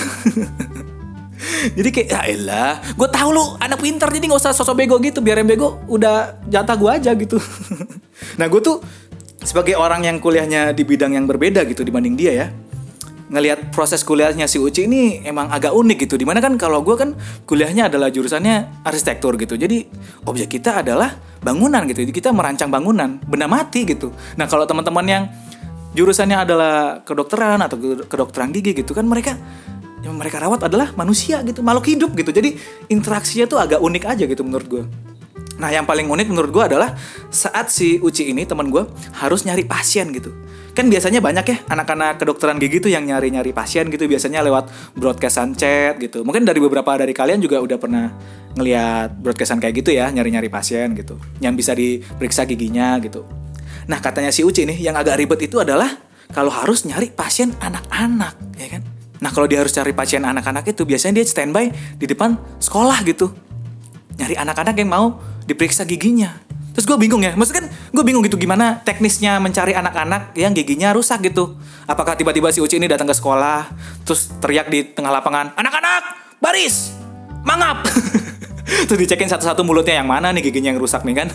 Jadi kayak ya elah, gue tahu lu anak pintar jadi nggak usah sosok bego gitu. Biar yang bego udah jatah gue aja gitu. Nah gue tuh sebagai orang yang kuliahnya di bidang yang berbeda gitu dibanding dia ya, ngelihat proses kuliahnya si Uci ini emang agak unik gitu. Dimana kan kalau gue kan kuliahnya adalah jurusannya arsitektur gitu. Jadi objek kita adalah bangunan gitu. Jadi kita merancang bangunan, benda mati gitu. Nah kalau teman-teman yang jurusannya adalah kedokteran atau kedokteran gigi gitu kan, mereka yang mereka rawat adalah manusia gitu, makhluk hidup gitu. Jadi interaksinya tuh agak unik aja gitu menurut gue. Nah yang paling unik menurut gue adalah saat si Uci ini teman gue harus nyari pasien gitu. Kan biasanya banyak ya anak-anak kedokteran gigi tuh yang nyari-nyari pasien gitu. Biasanya lewat broadcastan chat gitu. Mungkin dari beberapa dari kalian juga udah pernah ngelihat broadcastan kayak gitu ya, nyari-nyari pasien gitu, yang bisa diperiksa giginya gitu. Nah katanya si Uci nih yang agak ribet itu adalah kalau harus nyari pasien anak-anak ya kan. Nah kalau dia harus cari pasien anak-anak itu biasanya dia standby di depan sekolah gitu, nyari anak-anak yang mau diperiksa giginya. Terus gue bingung ya, maksudnya kan gue bingung gitu gimana teknisnya mencari anak-anak yang giginya rusak gitu. Apakah tiba-tiba si Uci ini datang ke sekolah terus teriak di tengah lapangan, anak-anak baris mangap. Terus dicekin satu-satu mulutnya yang mana nih giginya yang rusak nih kan.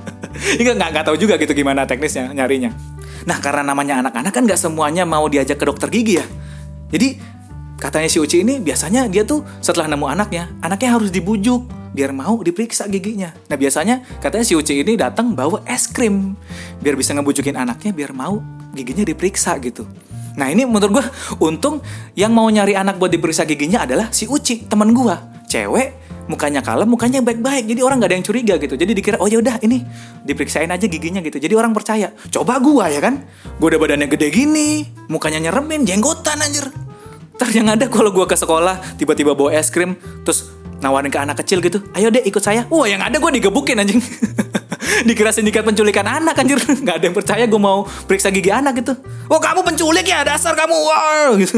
Ini nggak nggak tahu juga gitu gimana teknisnya nyarinya. Nah karena namanya anak-anak kan nggak semuanya mau diajak ke dokter gigi ya. Jadi katanya si Uci ini biasanya dia tuh setelah nemu anaknya, anaknya harus dibujuk biar mau diperiksa giginya. Nah biasanya katanya si Uci ini datang bawa es krim biar bisa ngebujukin anaknya biar mau giginya diperiksa gitu. Nah ini menurut gue untung yang mau nyari anak buat diperiksa giginya adalah si Uci, teman gue, cewek, mukanya kalem, mukanya baik-baik. Jadi orang nggak ada yang curiga gitu. Jadi dikira oh ya udah ini diperiksain aja giginya gitu. Jadi orang percaya. Coba gue ya kan, gue udah badannya gede gini, mukanya nyeremin, jenggotan anjir. Ntar yang ada kalau gue ke sekolah tiba-tiba bawa es krim terus nawarin ke anak kecil gitu, ayo deh ikut saya. Wah yang ada gue digebukin anjing. Dikira sindikat penculikan anak anjir. Gak ada yang percaya gue mau periksa gigi anak gitu. Wah kamu penculik ya, dasar kamu. Wah gitu.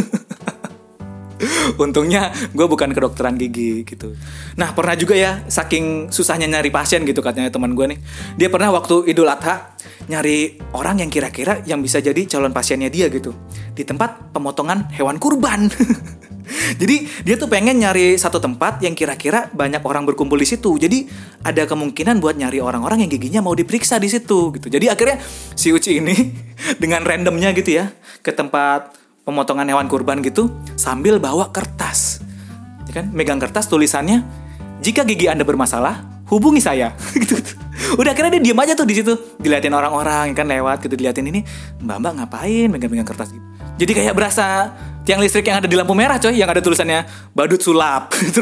Untungnya gue bukan kedokteran gigi gitu. Nah pernah juga ya, saking susahnya nyari pasien gitu katanya teman gue nih, dia pernah waktu Idul Adha nyari orang yang kira-kira yang bisa jadi calon pasiennya dia gitu di tempat pemotongan hewan kurban. Jadi dia tuh pengen nyari satu tempat yang kira-kira banyak orang berkumpul di situ. Jadi ada kemungkinan buat nyari orang-orang yang giginya mau diperiksa di situ gitu. Jadi akhirnya si Uci ini dengan randomnya gitu ya ke tempat pemotongan hewan kurban gitu sambil bawa kertas. Ya kan? Megang kertas tulisannya, "Jika gigi Anda bermasalah, hubungi saya." Gitu. Udah akhirnya dia diem aja tuh di situ, diliatin orang-orang kan lewat gitu, diliatin ini, "Mbak-mbak ngapain megang-megang kertas gitu." Jadi kayak berasa tiang listrik yang ada di lampu merah coy, yang ada tulisannya badut sulap. Terus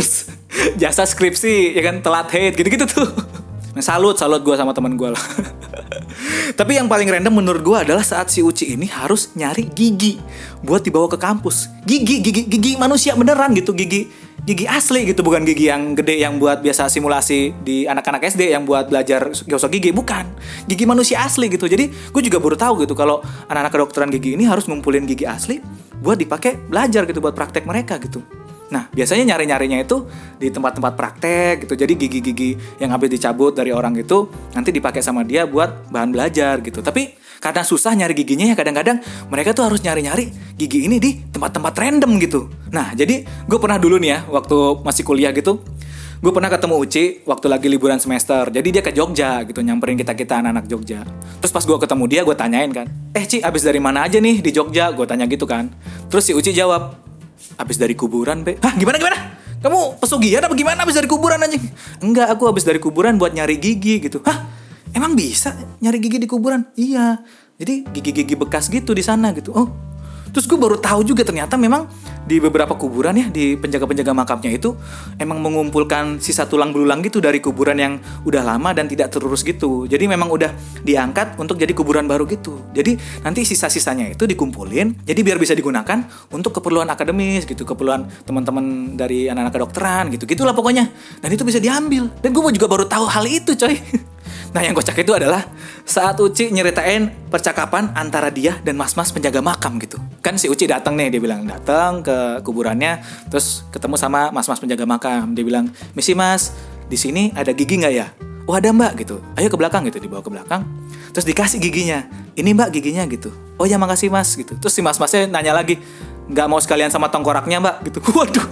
Jasa skripsi ya kan, telat head gitu-gitu tuh. Nah, salut, salut gue sama teman gue lah. Tapi yang paling random menurut gue adalah saat si Uci ini harus nyari gigi buat dibawa ke kampus. Gigi, gigi, gigi manusia beneran gitu, gigi, gigi asli gitu, bukan gigi yang gede yang buat biasa simulasi di anak-anak S D yang buat belajar gosok gigi, bukan. Gigi manusia asli gitu. Jadi gue juga baru tahu gitu kalau anak-anak kedokteran gigi ini harus ngumpulin gigi asli buat dipakai belajar gitu, buat praktek mereka gitu. Nah, biasanya nyari-nyarinya itu di tempat-tempat praktek gitu. Jadi gigi-gigi yang habis dicabut dari orang itu nanti dipakai sama dia buat bahan belajar gitu. Tapi karena susah nyari giginya ya, kadang-kadang mereka tuh harus nyari-nyari gigi ini di tempat-tempat random gitu. Nah, jadi gue pernah dulu nih ya, waktu masih kuliah gitu, gue pernah ketemu Uci waktu lagi liburan semester. Jadi dia ke Jogja gitu, nyamperin kita-kita anak-anak Jogja. Terus pas gue ketemu dia, gue tanyain kan, eh Ci, abis dari mana aja nih di Jogja? Gue tanya gitu kan. Terus si Uci jawab, abis dari kuburan, Be. Hah, gimana, gimana? Kamu pesugihan apa gimana abis dari kuburan anjing? Enggak, aku abis dari kuburan buat nyari gigi gitu. Hah? Emang bisa nyari gigi di kuburan? Iya. Jadi gigi-gigi bekas gitu di sana gitu. Oh. Terus gue baru tahu juga ternyata memang di beberapa kuburan ya, di penjaga-penjaga makamnya itu emang mengumpulkan sisa tulang belulang gitu dari kuburan yang udah lama dan tidak terurus gitu. Jadi memang udah diangkat untuk jadi kuburan baru gitu. Jadi nanti sisa-sisanya itu dikumpulin, jadi biar bisa digunakan untuk keperluan akademis gitu, keperluan teman-teman dari anak-anak kedokteran gitu. Gitulah pokoknya. Dan itu bisa diambil. Dan gue juga baru tahu hal itu, coy. Nah, yang kocak itu adalah saat Uci nyeritain percakapan antara dia dan mas-mas penjaga makam gitu. Kan si Uci datang nih, dia bilang datang ke kuburannya, terus ketemu sama mas-mas penjaga makam. Dia bilang, "Misi Mas, di sini ada gigi nggak ya?" "Oh ada Mbak," gitu. "Ayo ke belakang," gitu, dibawa ke belakang. Terus dikasih giginya. "Ini Mbak giginya," gitu. "Oh ya makasih Mas," gitu. Terus si mas-masnya nanya lagi, "Nggak mau sekalian sama tengkoraknya Mbak?" gitu. Waduh.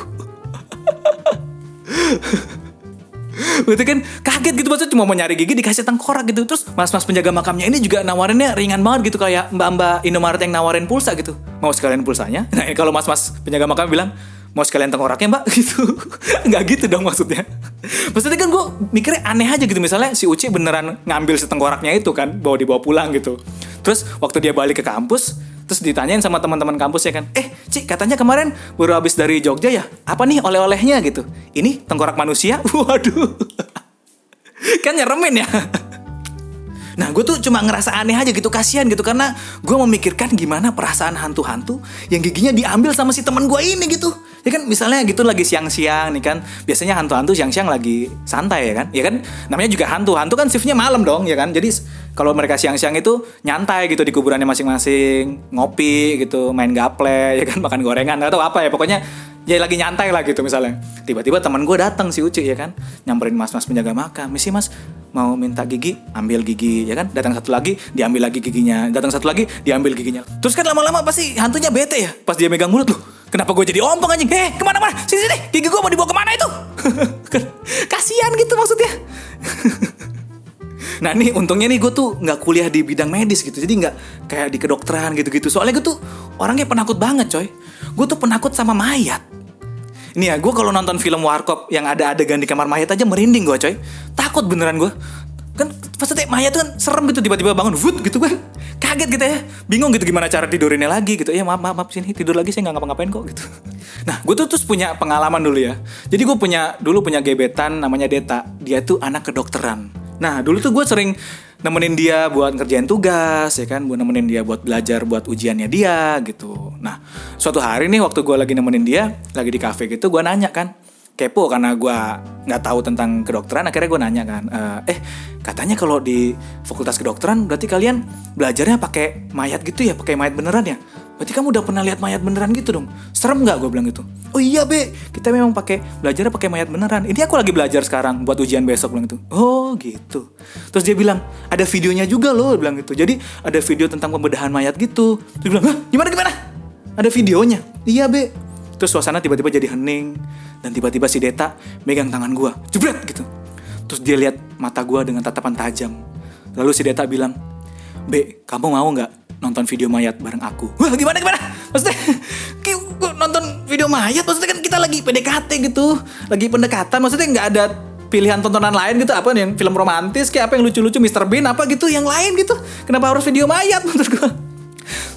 Berarti kan kaget gitu, maksudnya cuma mau nyari gigi dikasih tengkorak gitu. Terus mas-mas penjaga makamnya ini juga nawarinnya ringan banget gitu, kayak mbak-mbak Indomaret yang nawarin pulsa gitu. "Mau sekalian pulsanya?" Nah, kalau mas-mas penjaga makam bilang, "Mau sekalian tengkoraknya Mbak?" gitu. Nggak gitu dong maksudnya. Maksudnya kan gue mikirnya aneh aja gitu. Misalnya si Uci beneran ngambil setengkoraknya itu kan, bawa dibawa pulang gitu. Terus waktu dia balik ke kampus, terus ditanyain sama teman-teman kampus ya kan, "Eh Ci, katanya kemarin baru habis dari Jogja ya? Apa nih oleh-olehnya gitu?" "Ini tengkorak manusia." Waduh. Kan nyeremin ya. Nah, gue tuh cuma ngerasa aneh aja gitu, kasihan gitu, karena gue memikirkan gimana perasaan hantu-hantu yang giginya diambil sama si teman gue ini gitu. Ya kan misalnya gitu lagi siang-siang nih kan, biasanya hantu-hantu siang-siang lagi santai ya kan. Ya kan namanya juga hantu, hantu kan shiftnya malam dong ya kan. Jadi kalau mereka siang-siang itu nyantai gitu di kuburannya masing-masing, ngopi gitu, main gaple ya kan, makan gorengan atau apa ya, pokoknya ya lagi nyantai lah gitu misalnya. Tiba-tiba teman gue datang si Uci ya kan, nyamperin mas-mas penjaga makam, "Misi Mas, mau minta gigi?" Ambil gigi ya kan. Datang satu lagi, diambil lagi giginya. Datang satu lagi, diambil giginya. Terus kan lama-lama pasti hantunya bete ya. Pas dia megang mulut, "Loh, kenapa gue jadi ompong anjing? Eh, kemana-mana? Sini-sini, gigi gue mau dibawa kemana itu?" Kasian gitu maksudnya. Nah nih untungnya nih gue tuh gak kuliah di bidang medis gitu. Jadi gak kayak di kedokteran gitu-gitu. Soalnya gue tuh orangnya penakut banget coy. Gue tuh penakut sama mayat. Ini ya, gue kalau nonton film Warkop yang ada adegan di kamar mayat aja merinding gue coy. Takut beneran gue. Kan maksudnya mayat tuh kan serem gitu, tiba-tiba bangun wut gitu kan. Kaget gitu ya. Bingung gitu gimana cara tidurinnya lagi gitu. "Ya maaf, maaf, maaf sini tidur lagi, saya gak ngapa-ngapain kok," gitu. Nah gue tuh terus punya pengalaman dulu ya. Jadi gue punya dulu punya gebetan namanya Deta. Dia tuh anak kedokteran. Nah dulu tuh gue sering nemenin dia buat ngerjain tugas ya kan, buat nemenin dia buat belajar buat ujiannya dia gitu. Nah suatu hari nih waktu gue lagi nemenin dia lagi di kafe gitu, gue nanya kan, kepo karena gue nggak tahu tentang kedokteran. Akhirnya gue nanya kan, eh katanya kalau di fakultas kedokteran berarti kalian belajarnya pakai mayat gitu ya, pakai mayat beneran ya? Berarti kamu udah pernah lihat mayat beneran gitu dong? Serem nggak? Gue bilang gitu. "Oh iya Be, kita memang pakai belajarnya pakai mayat beneran. Ini aku lagi belajar sekarang buat ujian besok," bilang gitu. "Oh gitu." Terus dia bilang ada videonya juga loh, bilang gitu. Jadi ada video tentang pembedahan mayat gitu. Terus dia bilang, "Hah, gimana gimana? Ada videonya?" "Iya Be." Terus suasana tiba-tiba jadi hening dan tiba-tiba si Deta megang tangan gue, jebret gitu. Terus dia lihat mata gue dengan tatapan tajam. Lalu si Deta bilang, "Be, kamu mau nggak nonton video mayat bareng aku?" Wah gimana gimana? Maksudnya nonton video mayat, maksudnya kan kita lagi P D K T gitu, lagi pendekatan, maksudnya nggak ada pilihan tontonan lain gitu, apa nih, film romantis kayak apa yang lucu-lucu, Mister Bean apa gitu yang lain gitu, kenapa harus video mayat menurut gue?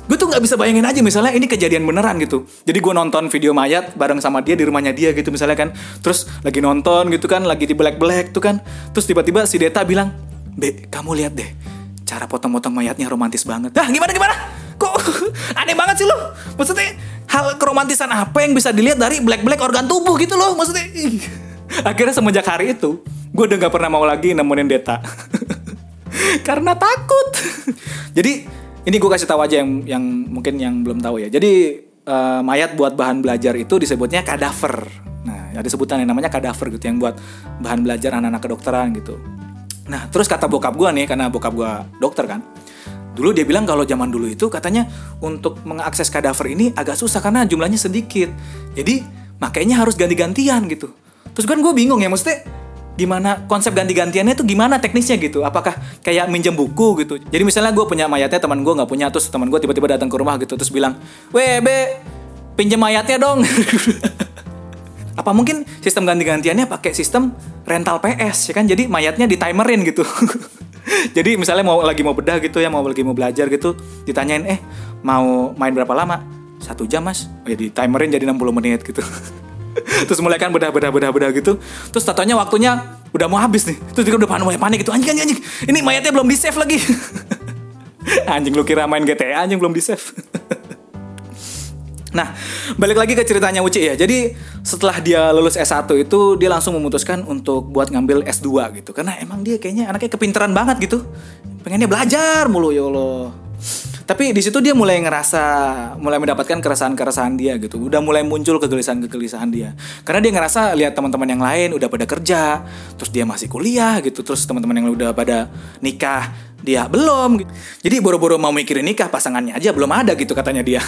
Gue tuh nggak bisa bayangin aja misalnya ini kejadian beneran gitu. Jadi gue nonton video mayat bareng sama dia di rumahnya dia gitu misalnya kan. Terus lagi nonton gitu kan, lagi di black-black tuh kan. Terus tiba-tiba si Deta bilang, "Be, kamu lihat deh, cara potong-potong mayatnya romantis banget." Dah gimana gimana? Kok aneh banget sih lo? Maksudnya hal keromantisan apa yang bisa dilihat dari black-black organ tubuh gitu loh? Maksudnya ih. Akhirnya semenjak hari itu gue udah gak pernah mau lagi nemenin Deta. Karena takut. Jadi ini gue kasih tahu aja yang yang mungkin yang belum tahu ya. Jadi uh, mayat buat bahan belajar itu disebutnya kadaver. Nah, ada sebutan yang namanya kadaver gitu, yang buat bahan belajar anak-anak kedokteran gitu. Nah, terus kata bokap gue nih, karena bokap gue dokter kan. Dulu dia bilang kalau zaman dulu itu katanya untuk mengakses kadaver ini agak susah karena jumlahnya sedikit. Jadi makanya harus ganti-gantian gitu. Terus kan gue bingung ya, maksudnya gimana konsep ganti-gantiannya itu gimana teknisnya gitu? Apakah kayak minjem buku gitu? Jadi misalnya gue punya mayatnya, teman gue nggak punya, terus teman gue tiba-tiba datang ke rumah gitu, terus bilang, "Weh be, pinjem mayatnya dong." Apa mungkin sistem ganti-gantiannya pakai sistem rental P S ya kan? Jadi mayatnya di timerin gitu. Jadi misalnya mau lagi mau bedah gitu ya, mau lagi mau belajar gitu, ditanyain, "Eh mau main berapa lama?" "Satu jam mas." Oh, ya di timerin jadi enam puluh menit gitu. Terus mulai kan bedah bedah bedah bedah gitu. Terus tatonya waktunya udah mau habis nih. Terus dia udah panik mulai panik gitu. Anjing anjing anjing. Ini mayatnya belum di-save lagi. Anjing, lu kira main G T A anjing belum di-save. Nah, balik lagi ke ceritanya Uci ya. Jadi setelah dia lulus S satu itu dia langsung memutuskan untuk buat ngambil S dua gitu. Karena emang dia kayaknya anaknya kepinteran banget gitu. Pengennya belajar mulu, ya Allah. Tapi di situ dia mulai ngerasa, mulai mendapatkan keresahan-keresahan dia gitu. Udah mulai muncul kegelisahan-kegelisahan dia. Karena dia ngerasa lihat teman-teman yang lain udah pada kerja, terus dia masih kuliah gitu. Terus teman-teman yang udah pada nikah, dia belum gitu. Jadi boro-boro mau mikirin nikah, pasangannya aja belum ada gitu katanya dia.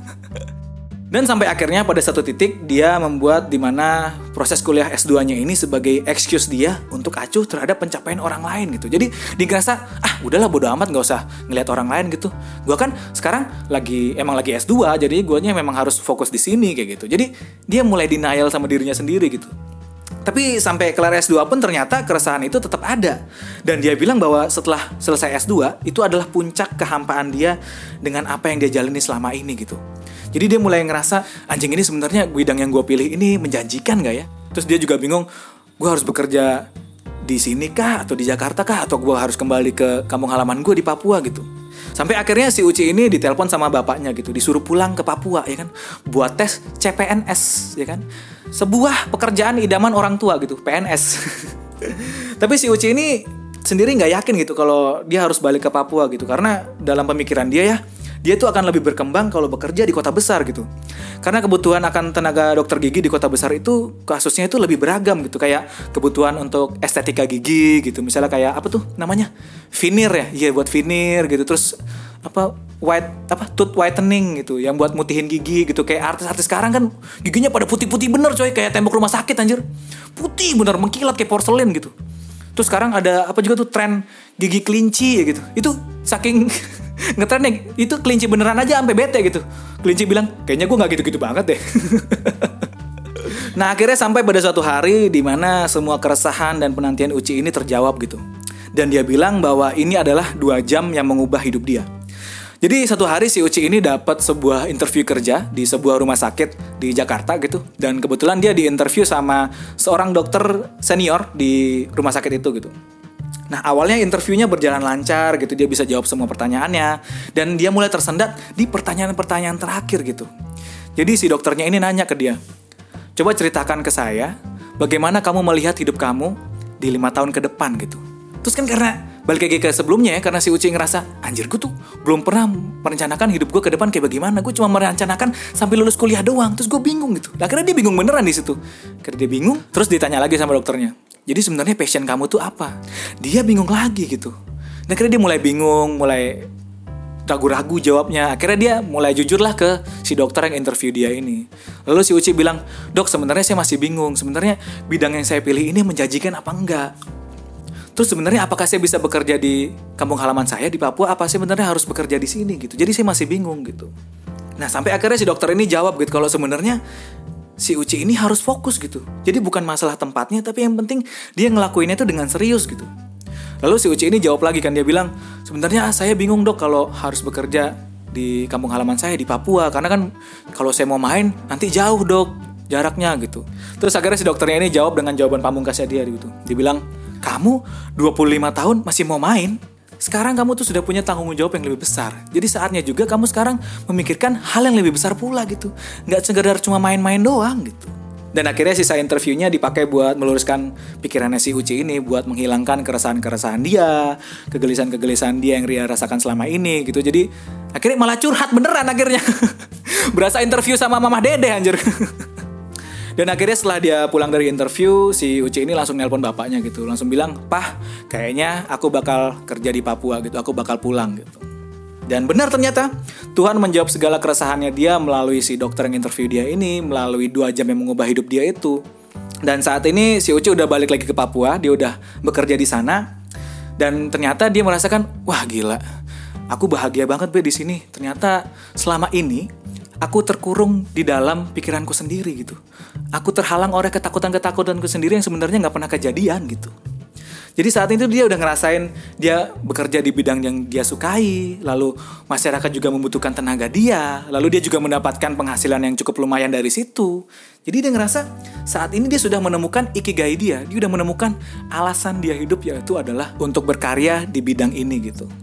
Dan sampai akhirnya pada satu titik dia membuat dimana proses kuliah S dua-nya ini sebagai excuse dia untuk acuh terhadap pencapaian orang lain gitu. Jadi dia ngerasa, ah udahlah bodo amat, gak usah ngelihat orang lain gitu. Gua kan sekarang lagi emang lagi S dua, jadi guanya memang harus fokus di sini kayak gitu. Jadi dia mulai denial sama dirinya sendiri gitu. Tapi sampai kelar S dua pun ternyata keresahan itu tetap ada. Dan dia bilang bahwa setelah selesai S dua itu adalah puncak kehampaan dia dengan apa yang dia jalani selama ini gitu. Jadi dia mulai ngerasa, anjing ini sebenarnya bidang yang gue pilih ini menjanjikan gak ya? Terus dia juga bingung, gue harus bekerja di sini kah? Atau di Jakarta kah? Atau gue harus kembali ke kampung halaman gue di Papua gitu. Sampai akhirnya si Uci ini ditelepon sama bapaknya gitu, disuruh pulang ke Papua ya kan, buat tes C P N S ya kan. Sebuah pekerjaan idaman orang tua gitu, P N S. Tapi si Uci ini sendiri gak yakin gitu kalau dia harus balik ke Papua gitu. Karena dalam pemikiran dia ya, dia tuh akan lebih berkembang kalau bekerja di kota besar gitu. Karena kebutuhan akan tenaga dokter gigi di kota besar itu kasusnya itu lebih beragam gitu. Kayak kebutuhan untuk estetika gigi gitu. Misalnya kayak apa tuh namanya? Veneer ya. Iya buat veneer gitu. Terus apa white apa tooth whitening gitu, yang buat mutihin gigi gitu. Kayak artis-artis sekarang kan giginya pada putih-putih bener coy, kayak tembok rumah sakit anjir. Putih bener, mengkilat kayak porselen gitu. Terus sekarang ada apa juga tuh tren gigi kelinci ya gitu. Itu saking ngetrennya itu kelinci beneran aja sampai bete gitu. Kelinci bilang, kayaknya gue nggak gitu-gitu banget deh. Nah akhirnya sampai pada suatu hari di mana semua keresahan dan penantian Uci ini terjawab gitu. Dan dia bilang bahwa ini adalah dua jam yang mengubah hidup dia. Jadi satu hari si Uci ini dapat sebuah interview kerja di sebuah rumah sakit di Jakarta gitu. Dan kebetulan dia diinterview sama seorang dokter senior di rumah sakit itu gitu. Nah awalnya interviewnya berjalan lancar gitu, dia bisa jawab semua pertanyaannya. Dan dia mulai tersendat di pertanyaan-pertanyaan terakhir gitu. Jadi si dokternya ini nanya ke dia, coba ceritakan ke saya, bagaimana kamu melihat hidup kamu di lima tahun ke depan gitu. Terus kan karena balik lagi ke sebelumnya ya, karena si Uci ngerasa, anjir gue tuh belum pernah merencanakan hidup gue ke depan kayak bagaimana. Gue cuma merencanakan sampai lulus kuliah doang. Terus gue bingung gitu. Nah, akhirnya dia bingung beneran di situ. Karena dia bingung, terus ditanya lagi sama dokternya, jadi sebenarnya passion kamu tuh apa? Dia bingung lagi gitu. Dan akhirnya dia mulai bingung, mulai ragu-ragu jawabnya. Akhirnya dia mulai jujur lah ke si dokter yang interview dia ini. Lalu si Uci bilang, dok sebenarnya saya masih bingung. Sebenarnya bidang yang saya pilih ini menjanjikan apa enggak? Terus sebenarnya apakah saya bisa bekerja di kampung halaman saya di Papua? Apa saya sebenarnya harus bekerja di sini gitu? Jadi saya masih bingung gitu. Nah sampai akhirnya si dokter ini jawab gitu, kalau sebenarnya si Uci ini harus fokus gitu. Jadi bukan masalah tempatnya, tapi yang penting dia ngelakuinnya itu dengan serius gitu. Lalu si Uci ini jawab lagi kan, dia bilang, sebenarnya saya bingung dok kalau harus bekerja di kampung halaman saya di Papua. Karena kan kalau saya mau main nanti jauh dok jaraknya gitu. Terus akhirnya si dokternya ini jawab dengan jawaban pamungkasnya dia gitu. Dia bilang, kamu dua puluh lima tahun masih mau main? Sekarang kamu tuh sudah punya tanggung jawab yang lebih besar. Jadi saatnya juga kamu sekarang memikirkan hal yang lebih besar pula gitu. Nggak sekedar cuma main-main doang gitu. Dan akhirnya sisa interviewnya dipakai buat meluruskan pikirannya si Uci ini, buat menghilangkan keresahan-keresahan dia, kegelisahan-kegelisahan dia yang dia rasakan selama ini gitu. Jadi akhirnya malah curhat beneran akhirnya. Berasa interview sama Mamah Dede anjir. Dan akhirnya setelah dia pulang dari interview, si Uci ini langsung nelpon bapaknya gitu. Langsung bilang, "Pah, kayaknya aku bakal kerja di Papua gitu, aku bakal pulang gitu." Dan benar ternyata, Tuhan menjawab segala keresahannya dia melalui si dokter yang interview dia ini, melalui dua jam yang mengubah hidup dia itu. Dan saat ini si Uci udah balik lagi ke Papua, dia udah bekerja di sana. Dan ternyata dia merasakan, wah gila, aku bahagia banget be di sini. Ternyata selama ini aku terkurung di dalam pikiranku sendiri gitu. Aku terhalang oleh ketakutan-ketakutanku sendiri yang sebenarnya nggak pernah kejadian gitu. Jadi saat itu dia udah ngerasain dia bekerja di bidang yang dia sukai, lalu masyarakat juga membutuhkan tenaga dia, lalu dia juga mendapatkan penghasilan yang cukup lumayan dari situ. Jadi dia ngerasa saat ini dia sudah menemukan ikigai dia, dia udah menemukan alasan dia hidup, yaitu adalah untuk berkarya di bidang ini gitu.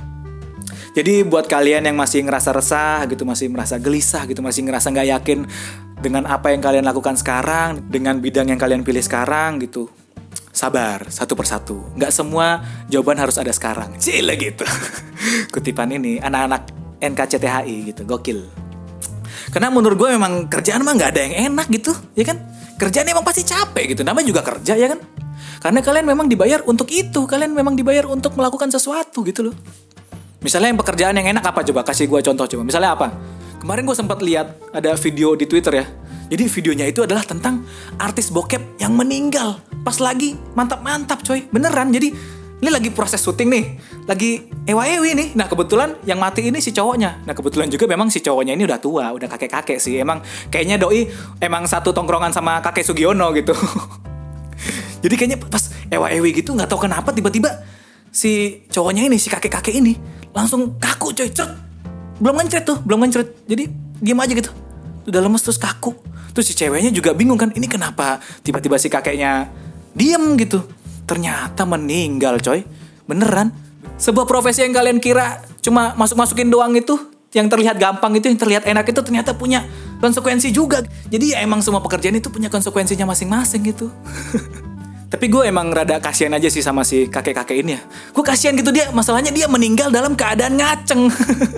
Jadi buat kalian yang masih ngerasa resah gitu, masih merasa gelisah gitu, masih ngerasa gak yakin dengan apa yang kalian lakukan sekarang, dengan bidang yang kalian pilih sekarang gitu, sabar, satu persatu. Gak semua jawaban harus ada sekarang. Cile gitu. Kutipan ini anak-anak N K C T H I gitu, gokil. Karena menurut gue memang kerjaan mah gak ada yang enak gitu, ya kan? Kerjaan emang pasti capek gitu, namanya juga kerja ya kan? Karena kalian memang dibayar untuk itu, kalian memang dibayar untuk melakukan sesuatu gitu loh. Misalnya yang pekerjaan yang enak apa coba? Kasih gue contoh coba. Misalnya apa? Kemarin gue sempat lihat ada video di Twitter ya. Jadi videonya itu adalah tentang artis bokep yang meninggal pas lagi mantap-mantap coy. Beneran. Jadi ini lagi proses syuting nih. Lagi ewa-ewi nih. Nah kebetulan yang mati ini si cowoknya. Nah kebetulan juga memang si cowoknya ini udah tua. Udah kakek-kakek sih. Emang kayaknya doi emang satu tongkrongan sama kakek Sugiono gitu. Jadi kayaknya pas ewa-ewi gitu gak tahu kenapa tiba-tiba si cowoknya ini, si kakek-kakek ini langsung kaku coy, cert. Belum ngencret tuh, belum ngencret. Jadi diam aja gitu. Udah lemes terus kaku. Terus si ceweknya juga bingung kan, ini kenapa tiba-tiba si kakeknya diem gitu. Ternyata meninggal coy. Beneran. Sebuah profesi yang kalian kira cuma masuk-masukin doang itu, yang terlihat gampang itu, yang terlihat enak itu ternyata punya konsekuensi juga. Jadi ya emang semua pekerjaan itu punya konsekuensinya masing-masing gitu. Tapi gue emang rada kasihan aja sih sama si kakek-kakek ini ya. Gue kasihan gitu, dia masalahnya dia meninggal dalam keadaan ngaceng.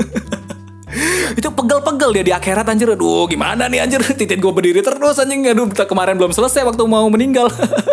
Itu pegel-pegel dia di akhirat anjir. Aduh gimana nih anjir, titik gue berdiri terus anjing. Aduh kemarin belum selesai waktu mau meninggal.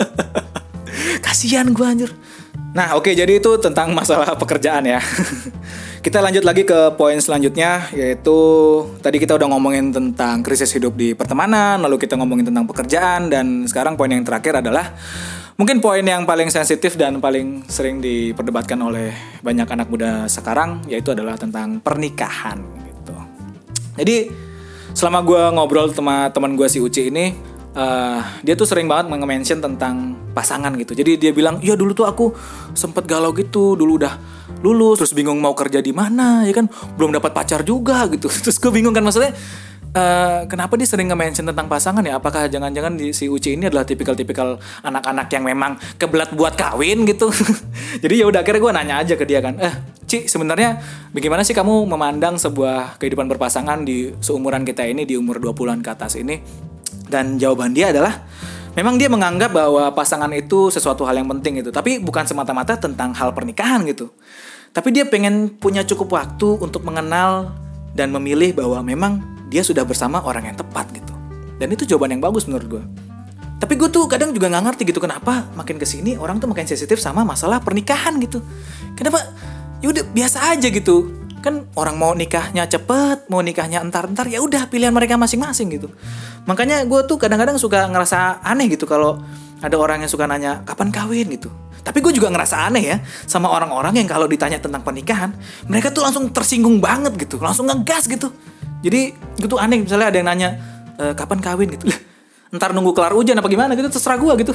Kasihan gue anjir. Nah oke, jadi itu tentang masalah pekerjaan ya. Kita lanjut lagi ke poin selanjutnya, yaitu tadi kita udah ngomongin tentang krisis hidup di pertemanan, lalu kita ngomongin tentang pekerjaan, dan sekarang poin yang terakhir adalah mungkin poin yang paling sensitif dan paling sering diperdebatkan oleh banyak anak muda sekarang, yaitu adalah tentang pernikahan gitu. Jadi selama gue ngobrol sama teman gue si Uci ini, uh, dia tuh sering banget nge-mention tentang pasangan gitu. Jadi dia bilang, iya dulu tuh aku sempet galau gitu, dulu udah lulus terus bingung mau kerja di mana, ya kan, belum dapat pacar juga gitu. Terus gue bingung kan, maksudnya Uh, kenapa dia sering nge-mention tentang pasangan ya? Apakah jangan-jangan di, si Uci ini adalah tipikal-tipikal anak-anak yang memang kebelat buat kawin gitu? Jadi ya udah akhirnya gue nanya aja ke dia kan, eh Ci, sebenarnya bagaimana sih kamu memandang sebuah kehidupan berpasangan di seumuran kita ini, di umur dua puluhan ke atas ini? Dan jawaban dia adalah, memang dia menganggap bahwa pasangan itu sesuatu hal yang penting gitu, tapi bukan semata-mata tentang hal pernikahan gitu. Tapi dia pengen punya cukup waktu untuk mengenal dan memilih bahwa memang dia sudah bersama orang yang tepat gitu. Dan itu jawaban yang bagus menurut gue. Tapi gue tuh kadang juga gak ngerti gitu, kenapa makin kesini orang tuh makin sensitif sama masalah pernikahan gitu. Kenapa? Ya udah biasa aja gitu. Kan orang mau nikahnya cepet, mau nikahnya entar-entar, ya udah pilihan mereka masing-masing gitu. Makanya gue tuh kadang-kadang suka ngerasa aneh gitu kalau ada orang yang suka nanya kapan kawin gitu. Tapi gue juga ngerasa aneh ya sama orang-orang yang kalau ditanya tentang pernikahan, mereka tuh langsung tersinggung banget gitu, langsung ngegas gitu. Jadi gue tuh aneh, misalnya ada yang nanya e, kapan kawin gitu. Ntar nunggu kelar hujan apa gimana gitu, terserah gue gitu.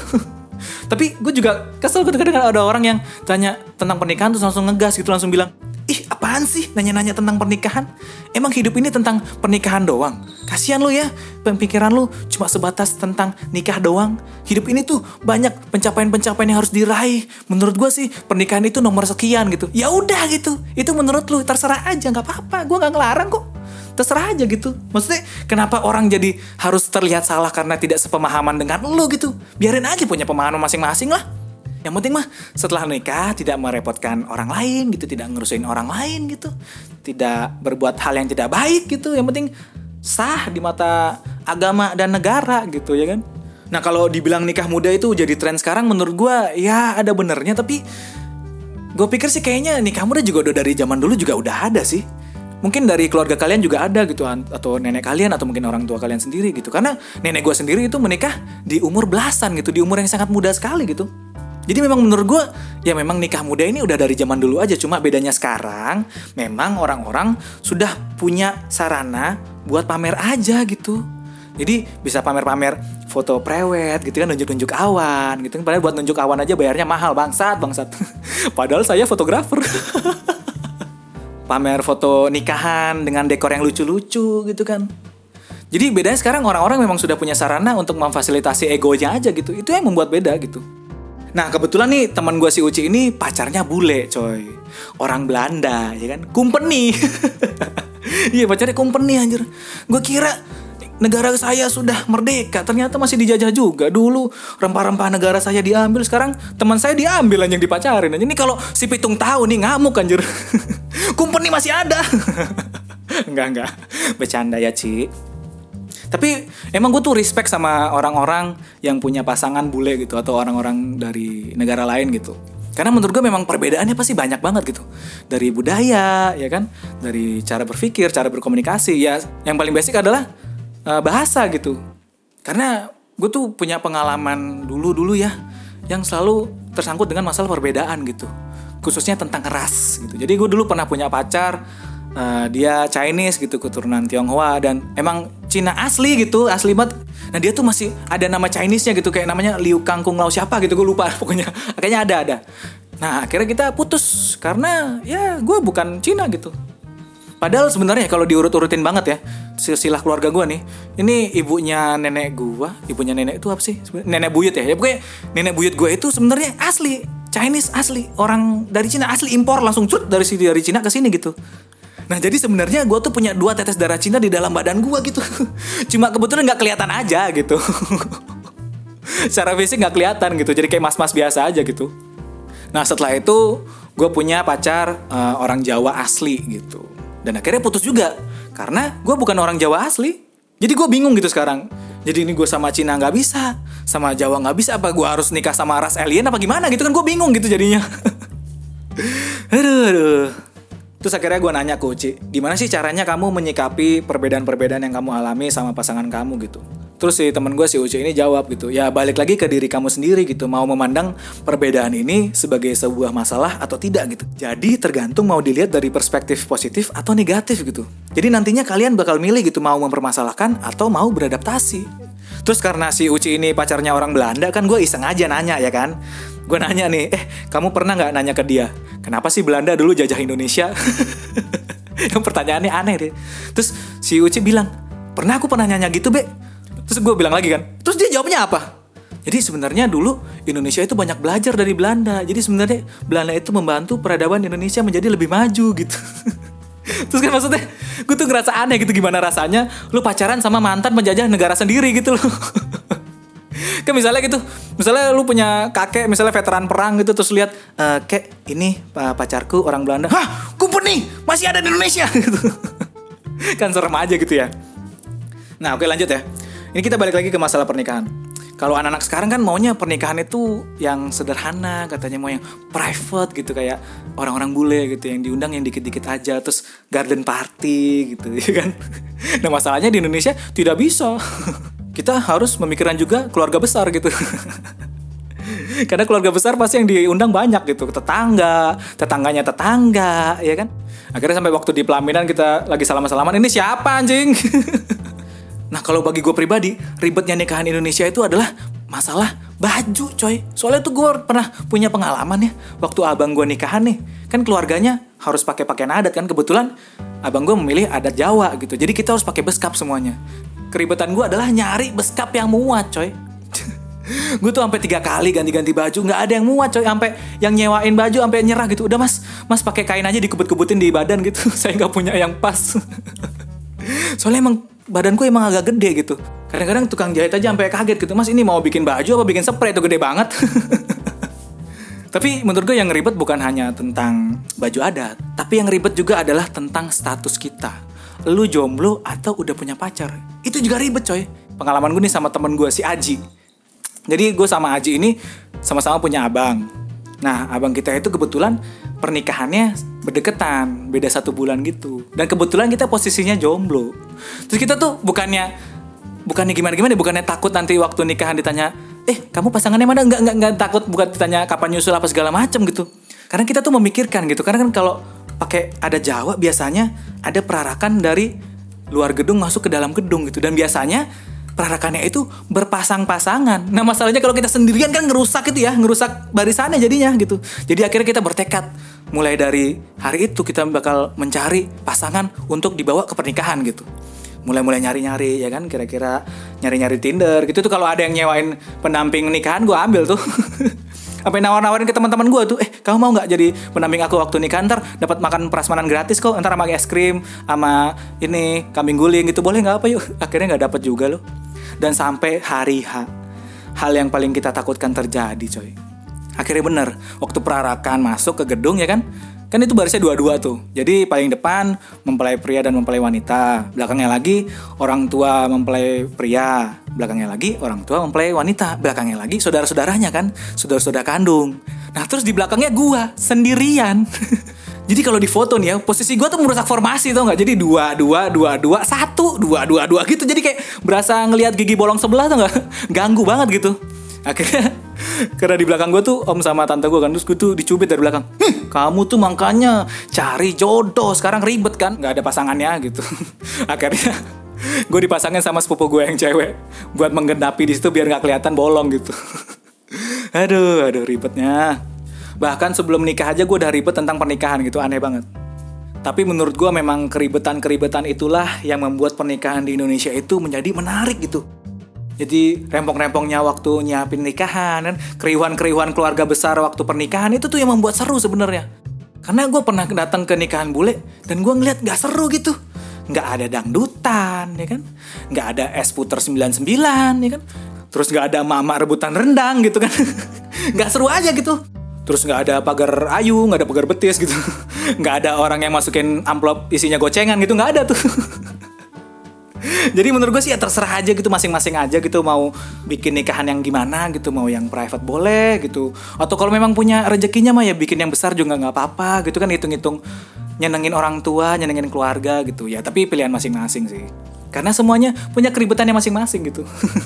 Tapi gue juga kesel kadang-kadang ada orang yang tanya tentang pernikahan terus langsung ngegas gitu, langsung bilang, ih apaan sih nanya-nanya tentang pernikahan? Emang hidup ini tentang pernikahan doang? Kasian lu ya, pemikiran lu cuma sebatas tentang nikah doang. Hidup ini tuh banyak pencapaian-pencapaian yang harus diraih. Menurut gue sih pernikahan itu nomor sekian gitu. Ya udah gitu, itu menurut lu, terserah aja, nggak apa-apa. Gue nggak ngelarang kok, terserah aja gitu. Maksudnya kenapa orang jadi harus terlihat salah karena tidak sepemahaman dengan lu gitu? Biarin aja punya pemahaman masing-masing lah. Yang penting mah setelah nikah tidak merepotkan orang lain gitu, tidak ngerusain orang lain gitu, tidak berbuat hal yang tidak baik gitu. Yang penting sah di mata agama dan negara gitu ya kan. Nah kalau dibilang nikah muda itu jadi tren sekarang, menurut gue ya ada benernya, tapi gue pikir sih kayaknya nikah muda juga udah dari zaman dulu juga udah ada sih. Mungkin dari keluarga kalian juga ada gitu, atau nenek kalian, atau mungkin orang tua kalian sendiri gitu. Karena nenek gue sendiri itu menikah di umur belasan gitu, di umur yang sangat muda sekali gitu. Jadi memang menurut gue, ya memang nikah muda ini udah dari zaman dulu aja. Cuma bedanya sekarang, memang orang-orang sudah punya sarana buat pamer aja gitu. Jadi bisa pamer-pamer foto prewed gitu kan, nunjuk-nunjuk awan gitu kan. Padahal buat nunjuk awan aja bayarnya mahal, bangsat, bangsat. Padahal saya fotografer. Pamer foto nikahan dengan dekor yang lucu-lucu gitu kan. Jadi bedanya sekarang orang-orang memang sudah punya sarana untuk memfasilitasi egonya aja gitu. Itu yang membuat beda gitu. Nah kebetulan nih teman gue si Uci ini pacarnya bule coy, orang Belanda ya kan, kumpeni. Iya pacarnya kumpeni anjir. Gue kira negara saya sudah merdeka, ternyata masih dijajah juga. Dulu rempah-rempah negara saya diambil, sekarang teman saya diambil anjing, dipacarin. Ini kalau si Pitung tahu nih ngamuk anjir. Kumpeni masih ada. Enggak enggak, bercanda ya Ci. Tapi emang gue tuh respect sama orang-orang yang punya pasangan bule gitu, atau orang-orang dari negara lain gitu. Karena menurut gue memang perbedaannya pasti banyak banget gitu. Dari budaya, ya kan, dari cara berpikir, cara berkomunikasi. Ya yang paling basic adalah uh, bahasa gitu. Karena gue tuh punya pengalaman dulu-dulu ya, yang selalu tersangkut dengan masalah perbedaan gitu. Khususnya tentang ras gitu. Jadi gue dulu pernah punya pacar, Uh, dia Chinese gitu, keturunan Tionghoa, dan emang Cina asli gitu, asli banget. Nah dia tuh masih ada nama Chinese-nya gitu, kayak namanya Liu Kangkung Lao siapa gitu, gue lupa pokoknya. Kayaknya ada ada. Nah akhirnya kita putus karena ya gue bukan Cina gitu. Padahal sebenarnya kalau diurut-urutin banget ya silsilah keluarga gue nih, ini ibunya nenek gue, ibunya nenek itu apa sih? Nenek buyut ya. Ya pokoknya nenek buyut gue itu sebenarnya asli Chinese, asli orang dari Cina, asli impor langsung cut dari sini, dari Cina ke sini gitu. Nah jadi sebenarnya gue tuh punya dua tetes darah Cina di dalam badan gue gitu. Cuma kebetulan gak kelihatan aja gitu. Secara fisik gak kelihatan gitu, jadi kayak mas-mas biasa aja gitu. Nah setelah itu gue punya pacar uh, orang Jawa asli gitu. Dan akhirnya putus juga, karena gue bukan orang Jawa asli. Jadi gue bingung gitu sekarang. Jadi ini gue sama Cina gak bisa, sama Jawa gak bisa, apa gue harus nikah sama ras alien apa gimana gitu kan, gue bingung gitu jadinya. Aduh aduh. Terus akhirnya gue nanya ke Uci, gimana sih caranya kamu menyikapi perbedaan-perbedaan yang kamu alami sama pasangan kamu gitu. Terus si temen gue si Uci ini jawab gitu, ya balik lagi ke diri kamu sendiri gitu, mau memandang perbedaan ini sebagai sebuah masalah atau tidak gitu. Jadi tergantung mau dilihat dari perspektif positif atau negatif gitu. Jadi nantinya kalian bakal milih gitu, mau mempermasalahkan atau mau beradaptasi. Terus karena si Uci ini pacarnya orang Belanda kan, gue iseng aja nanya ya kan. Gue nanya nih, eh kamu pernah gak nanya ke dia, kenapa sih Belanda dulu jajah Indonesia? Yang pertanyaannya aneh deh. Terus si Uci bilang, pernah aku pernah nanya gitu be. Terus gue bilang lagi kan, terus dia jawabnya apa? Jadi sebenarnya dulu Indonesia itu banyak belajar dari Belanda. Jadi sebenarnya Belanda itu membantu peradaban Indonesia menjadi lebih maju gitu. Terus kan maksudnya gue tuh ngerasa aneh gitu, gimana rasanya lu pacaran sama mantan penjajah negara sendiri gitu loh. Kan misalnya gitu, misalnya lu punya kakek misalnya veteran perang gitu, terus lihat e, kek ini pacarku orang Belanda, hah kumpeni masih ada di Indonesia gitu. Kan serem aja gitu ya. Nah oke lanjut ya. Ini kita balik lagi ke masalah pernikahan. Kalau anak-anak sekarang kan maunya pernikahan itu yang sederhana, katanya mau yang private gitu, kayak orang-orang bule gitu, yang diundang yang dikit-dikit aja, terus garden party gitu ya kan. Nah masalahnya di Indonesia tidak bisa. Kita harus memikirkan juga keluarga besar gitu. Karena keluarga besar pasti yang diundang banyak gitu, tetangga, tetangganya tetangga, ya kan. Akhirnya sampai waktu di pelaminan kita lagi salam-salaman, ini siapa anjing? Nah kalau bagi gue pribadi, ribetnya nikahan Indonesia itu adalah masalah baju coy. Soalnya tuh gue pernah punya pengalaman ya, waktu abang gue nikahan nih, kan keluarganya harus pakai pakaian adat kan. Kebetulan abang gue memilih adat Jawa gitu. Jadi kita harus pakai beskap semuanya. Keribetan gue adalah nyari beskap yang muat coy. Gue tuh sampai tiga kali ganti-ganti baju, nggak ada yang muat coy. Sampai yang nyewain baju sampai nyerah gitu. Udah mas, mas pakai kain aja dikebut-kebutin di badan gitu. Saya nggak punya yang pas. Soalnya emang badanku emang agak gede gitu. Kadang-kadang tukang jahit aja sampai kaget gitu. Mas ini mau bikin baju apa bikin spray tuh gede banget. Tapi menurut gue yang ribet bukan hanya tentang baju adat, tapi yang ribet juga adalah tentang status kita. Lu jomblo atau udah punya pacar, itu juga ribet coy. Pengalaman gue nih sama temen gue si Aji. Jadi gue sama Aji ini sama-sama punya abang. Nah abang kita itu kebetulan pernikahannya berdekatan, beda satu bulan gitu. Dan kebetulan kita posisinya jomblo. Terus kita tuh bukannya bukannya gimana-gimana, bukannya takut nanti waktu nikahan ditanya, eh kamu pasangannya mana? Enggak, enggak, enggak takut, bukan ditanya kapan nyusul apa segala macam gitu. Karena kita tuh memikirkan gitu. Karena kan kalau pakai adat Jawa biasanya ada perarakan dari luar gedung masuk ke dalam gedung gitu. Dan biasanya perarakannya itu berpasang-pasangan. Nah masalahnya kalau kita sendirian kan ngerusak itu ya, ngerusak barisannya jadinya gitu. Jadi akhirnya kita bertekad mulai dari hari itu kita bakal mencari pasangan untuk dibawa ke pernikahan gitu. Mulai-mulai nyari-nyari ya kan, kira-kira nyari-nyari Tinder gitu tuh. Kalau ada yang nyewain pendamping nikahan gue ambil tuh. Sampai nawar-nawarin ke teman-teman gue tuh, eh kamu mau nggak jadi pendamping aku waktu nikah, ntar dapat makan prasmanan gratis kok, ntar sama es krim sama ini kambing guling gitu, boleh nggak apa yuk. Akhirnya nggak dapet juga loh. Dan sampai hari H, hal yang paling kita takutkan terjadi coy. Akhirnya bener, waktu perarakan masuk ke gedung ya kan, kan itu barisnya dua-dua tuh. Jadi paling depan mempelai pria dan mempelai wanita, belakangnya lagi orang tua mempelai pria, belakangnya lagi orang tua mempelai wanita, belakangnya lagi saudara-saudaranya kan, saudara-saudara kandung. Nah terus di belakangnya gua sendirian. Jadi kalau di foto nih ya, posisi gue tuh merusak formasi tau gak? Jadi dua, dua, dua, dua, satu, dua, dua, dua gitu. Jadi kayak berasa ngelihat gigi bolong sebelah tau gak? Ganggu banget gitu. Akhirnya, karena di belakang gue tuh om sama tante gue kan, terus gue tuh dicubit dari belakang. Hm, kamu tuh makanya cari jodoh, sekarang ribet kan? Gak ada pasangannya gitu. Akhirnya gue dipasangin sama sepupu gue yang cewek buat menggenapi di situ biar gak kelihatan bolong gitu. Aduh, aduh ribetnya. Bahkan sebelum nikah aja gue udah ribet tentang pernikahan gitu, aneh banget. Tapi menurut gue memang keribetan-keribetan itulah yang membuat pernikahan di Indonesia itu menjadi menarik gitu. Jadi rempong-rempongnya waktu nyiapin nikahan, kan keriuhan-keriuhan keluarga besar waktu pernikahan itu tuh yang membuat seru sebenarnya. Karena gue pernah datang ke nikahan bule dan gue ngeliat gak seru gitu. Gak ada dangdutan ya kan, gak ada es puter sembilan sembilan ya kan, terus gak ada mama rebutan rendang gitu kan. Gak seru aja gitu. Terus gak ada pagar ayu, gak ada pagar betis gitu. Gak ada orang yang masukin amplop isinya gocengan gitu, gak ada tuh. Jadi menurut gue sih ya terserah aja gitu, masing-masing aja gitu. Mau bikin nikahan yang gimana gitu, mau yang private boleh gitu. Atau kalau memang punya rezekinya mah ya bikin yang besar juga gak apa-apa gitu kan. Hitung-hitung nyenengin orang tua, nyenengin keluarga gitu. Ya tapi pilihan masing-masing sih. Karena semuanya punya keribetannya masing-masing gitu.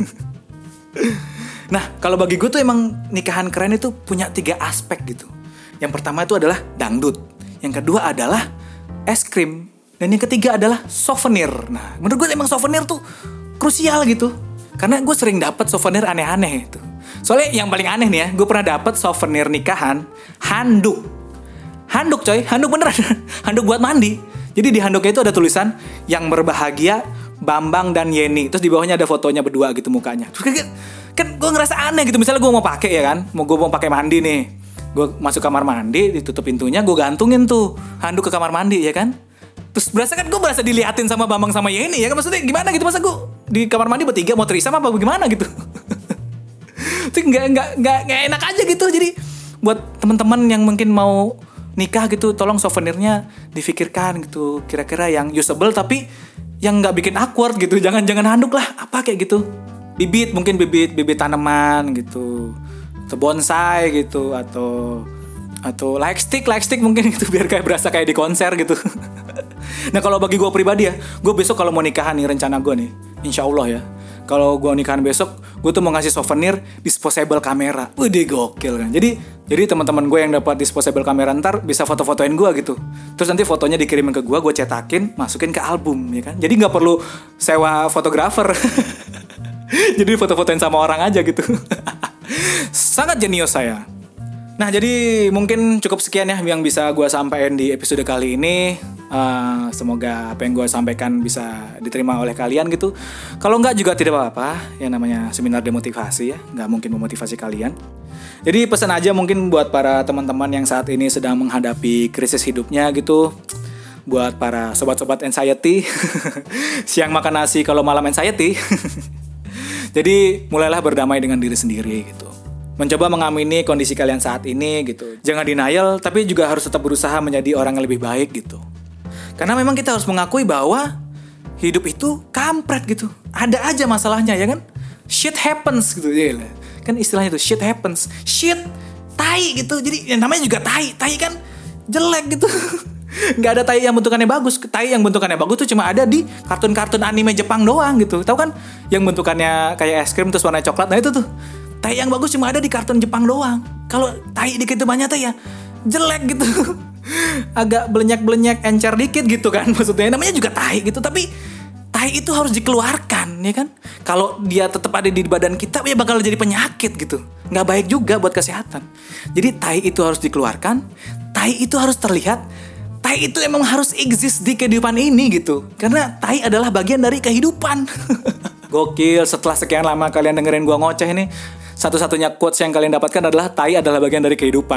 Nah, kalau bagi gue tuh emang nikahan keren itu punya tiga aspek gitu. Yang pertama itu adalah dangdut. Yang kedua adalah es krim. Dan yang ketiga adalah souvenir. Nah, menurut gue emang souvenir tuh krusial gitu. Karena gue sering dapat souvenir aneh-aneh itu. Soalnya yang paling aneh nih ya, gue pernah dapat souvenir nikahan handuk. Handuk coy, handuk beneran. Handuk buat mandi. Jadi di handuknya itu ada tulisan yang berbahagia Bambang dan Yeni. Terus di bawahnya ada fotonya berdua gitu mukanya. Terus kayak kan gue ngerasa aneh gitu, misalnya gue mau pakai ya kan, mau gue mau pakai mandi nih, gue masuk kamar mandi, ditutup pintunya, gue gantungin tuh handuk ke kamar mandi ya kan, terus berasa kan gue berasa diliatin sama Bambang sama Yeni ya kan, maksudnya gimana gitu, masa gue di kamar mandi bertiga mau threesome apa gimana gitu. Itu nggak nggak nggak nggak enak aja gitu. Jadi buat teman-teman yang mungkin mau nikah gitu, tolong souvenirnya difikirkan gitu, kira-kira yang usable tapi yang nggak bikin awkward gitu. Jangan jangan handuk lah, apa kayak gitu. Bibit, mungkin bibit bibit tanaman gitu, atau bonsai gitu, atau atau light stick light stick mungkin gitu, biar kayak berasa kayak di konser gitu. Nah kalau bagi gue pribadi ya, gue besok kalau mau nikahan nih, rencana gue nih, insya Allah ya, kalau gue nikahan besok, gue tuh mau ngasih souvenir disposable kamera. Udah gokil kan. Jadi jadi teman-teman gue yang dapat disposable kamera ntar bisa foto-fotoin gue gitu. Terus nanti fotonya dikirimin ke gue, gue cetakin, masukin ke album ya kan. Jadi nggak perlu sewa fotografer. Jadi foto-fotoin sama orang aja gitu. Sangat jenius saya. Nah, jadi mungkin cukup sekian ya yang bisa gue sampaikan di episode kali ini. Uh, semoga apa yang gue sampaikan bisa diterima oleh kalian gitu. Kalau enggak juga tidak apa-apa. Yang namanya seminar demotivasi ya, nggak mungkin memotivasi kalian. Jadi pesan aja mungkin buat para teman-teman yang saat ini sedang menghadapi krisis hidupnya gitu. Buat para sobat-sobat anxiety, siang makan nasi kalau malam anxiety. Jadi mulailah berdamai dengan diri sendiri gitu. Mencoba mengamini kondisi kalian saat ini gitu. Jangan denial, tapi juga harus tetap berusaha menjadi orang yang lebih baik gitu. Karena memang kita harus mengakui bahwa hidup itu kampret gitu. Ada aja masalahnya ya kan. Shit happens gitu ya. Kan istilahnya itu shit happens. Shit, tai gitu. Jadi yang namanya juga tai. Tai kan jelek gitu. Nggak ada tai yang bentukannya bagus. Tai yang bentukannya bagus tuh cuma ada di kartun-kartun anime Jepang doang gitu. Tahu kan? Yang bentukannya kayak es krim terus warna coklat. Nah itu tuh. Tai yang bagus cuma ada di kartun Jepang doang. Kalau tai dikit itu banyak tuh ya jelek gitu. Agak belenyak-belenyak, encer dikit gitu kan. Maksudnya namanya juga tai gitu. Tapi tai itu harus dikeluarkan ya kan. Kalau dia tetap ada di badan kita ya bakal jadi penyakit gitu. Nggak baik juga buat kesehatan. Jadi tai itu harus dikeluarkan. Tai itu harus terlihat. Tai itu emang harus exist di kehidupan ini gitu. Karena tai adalah bagian dari kehidupan. Gokil, setelah sekian lama kalian dengerin gua ngoceh nih, satu-satunya quotes yang kalian dapatkan adalah tai adalah bagian dari kehidupan.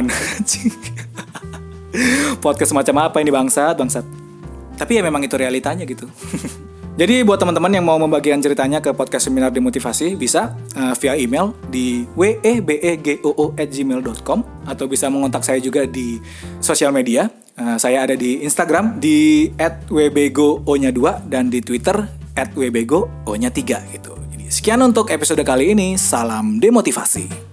Podcast semacam apa ini bangsat, bangsat. Tapi ya memang itu realitanya gitu. Jadi buat teman-teman yang mau membagikan ceritanya ke podcast seminar demotivasi bisa uh, via email di webegoo at gmail dot com atau bisa mengontak saya juga di sosial media. Uh, saya ada di Instagram di at webego o nya dua dan di Twitter at webego o nya tiga gitu. Jadi sekian untuk episode kali ini. Salam demotivasi.